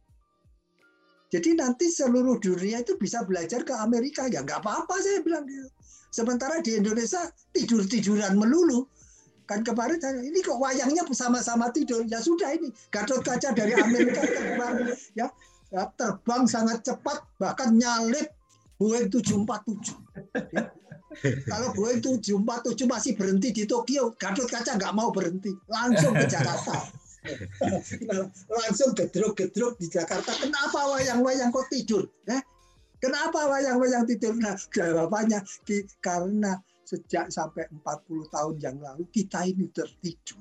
Jadi nanti seluruh dunia itu bisa belajar ke Amerika ya enggak apa-apa saya bilang gitu. Sementara di Indonesia tidur-tiduran melulu. Kan kemarin ini kok wayangnya sama-sama tidur, ya sudah ini Gatot-Kaca dari Amerika terbang ya, ya terbang sangat cepat bahkan nyalip Boeing tujuh empat tujuh ya. Kalau Boeing tujuh empat tujuh masih berhenti di Tokyo, Gatot-Kaca nggak mau berhenti, langsung ke Jakarta. Langsung gedruk-gedruk di Jakarta. Kenapa wayang-wayang kok tidur? Eh? Kenapa wayang-wayang tidur? Nah, jawabannya karena sejak sampai empat puluh tahun yang lalu kita ini tertidur.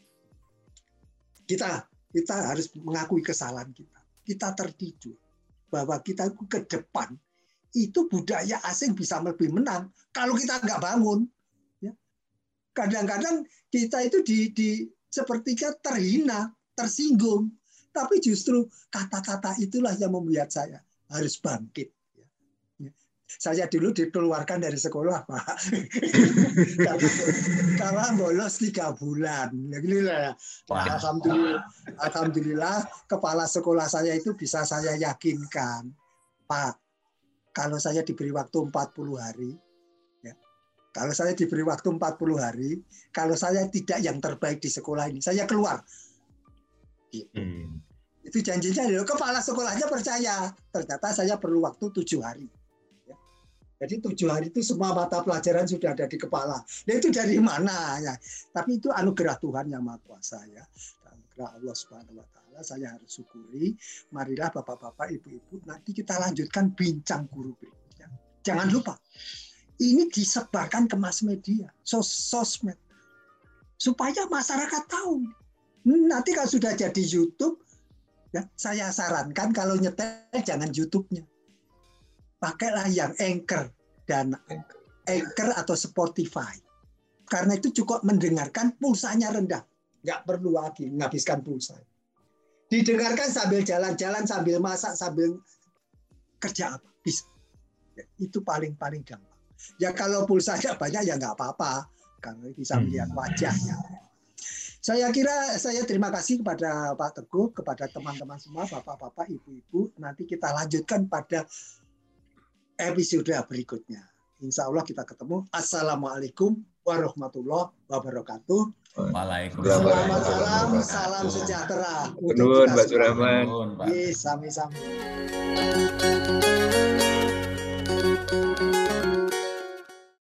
Kita kita harus mengakui kesalahan kita. Kita tertidur. Bahwa kita ke depan itu budaya asing bisa lebih menang kalau kita nggak bangun. Kadang-kadang kita itu di, di sepertinya terhina, tersinggung. Tapi justru kata-kata itulah yang membuat saya harus bangkit. Saya dulu dikeluarkan dari sekolah, Pak. karena, karena bolos tiga bulan. Nah, alhamdulillah, alhamdulillah, kepala sekolah saya itu bisa saya yakinkan, Pak, kalau saya diberi waktu empat puluh hari, ya, kalau saya diberi waktu empat puluh hari, kalau saya tidak yang terbaik di sekolah ini, saya keluar. Gitu. Hmm. Itu janjinya, kepala sekolahnya percaya. Ternyata saya perlu waktu tujuh hari. Jadi tujuh hari itu semua mata pelajaran sudah ada di kepala. Nah itu dari mana ya? Tapi itu anugerah Tuhan yang Maha Kuasa ya. Anugerah Allah Subhanahu Wa Taala. Saya harus syukuri. Marilah bapak-bapak, ibu-ibu, nanti kita lanjutkan bincang guru berikutnya. Jangan lupa, ini disebarkan ke mass media, sos sosmed, supaya masyarakat tahu. Nanti kalau sudah jadi YouTube, ya, saya sarankan kalau nyetel jangan YouTube-nya. Pakailah yang Anchor dan Anchor atau Spotify. Karena itu cukup mendengarkan pulsanya rendah. Nggak perlu lagi menghabiskan pulsa. Didengarkan sambil jalan-jalan, sambil masak, sambil kerja apa. Bisa. Itu paling-paling gampang. Ya kalau pulsanya banyak ya nggak apa-apa, karena bisa melihat wajahnya. Saya kira saya terima kasih kepada Pak Teguh, kepada teman-teman semua, bapak-bapak, ibu-ibu. Nanti kita lanjutkan pada episode berikutnya. Insya Allah kita ketemu. Assalamualaikum warahmatullahi wabarakatuh. Waalaikumsalam. Selamat malam, salam sejahtera. Nuhun, Pak Surahman. Sami-sami.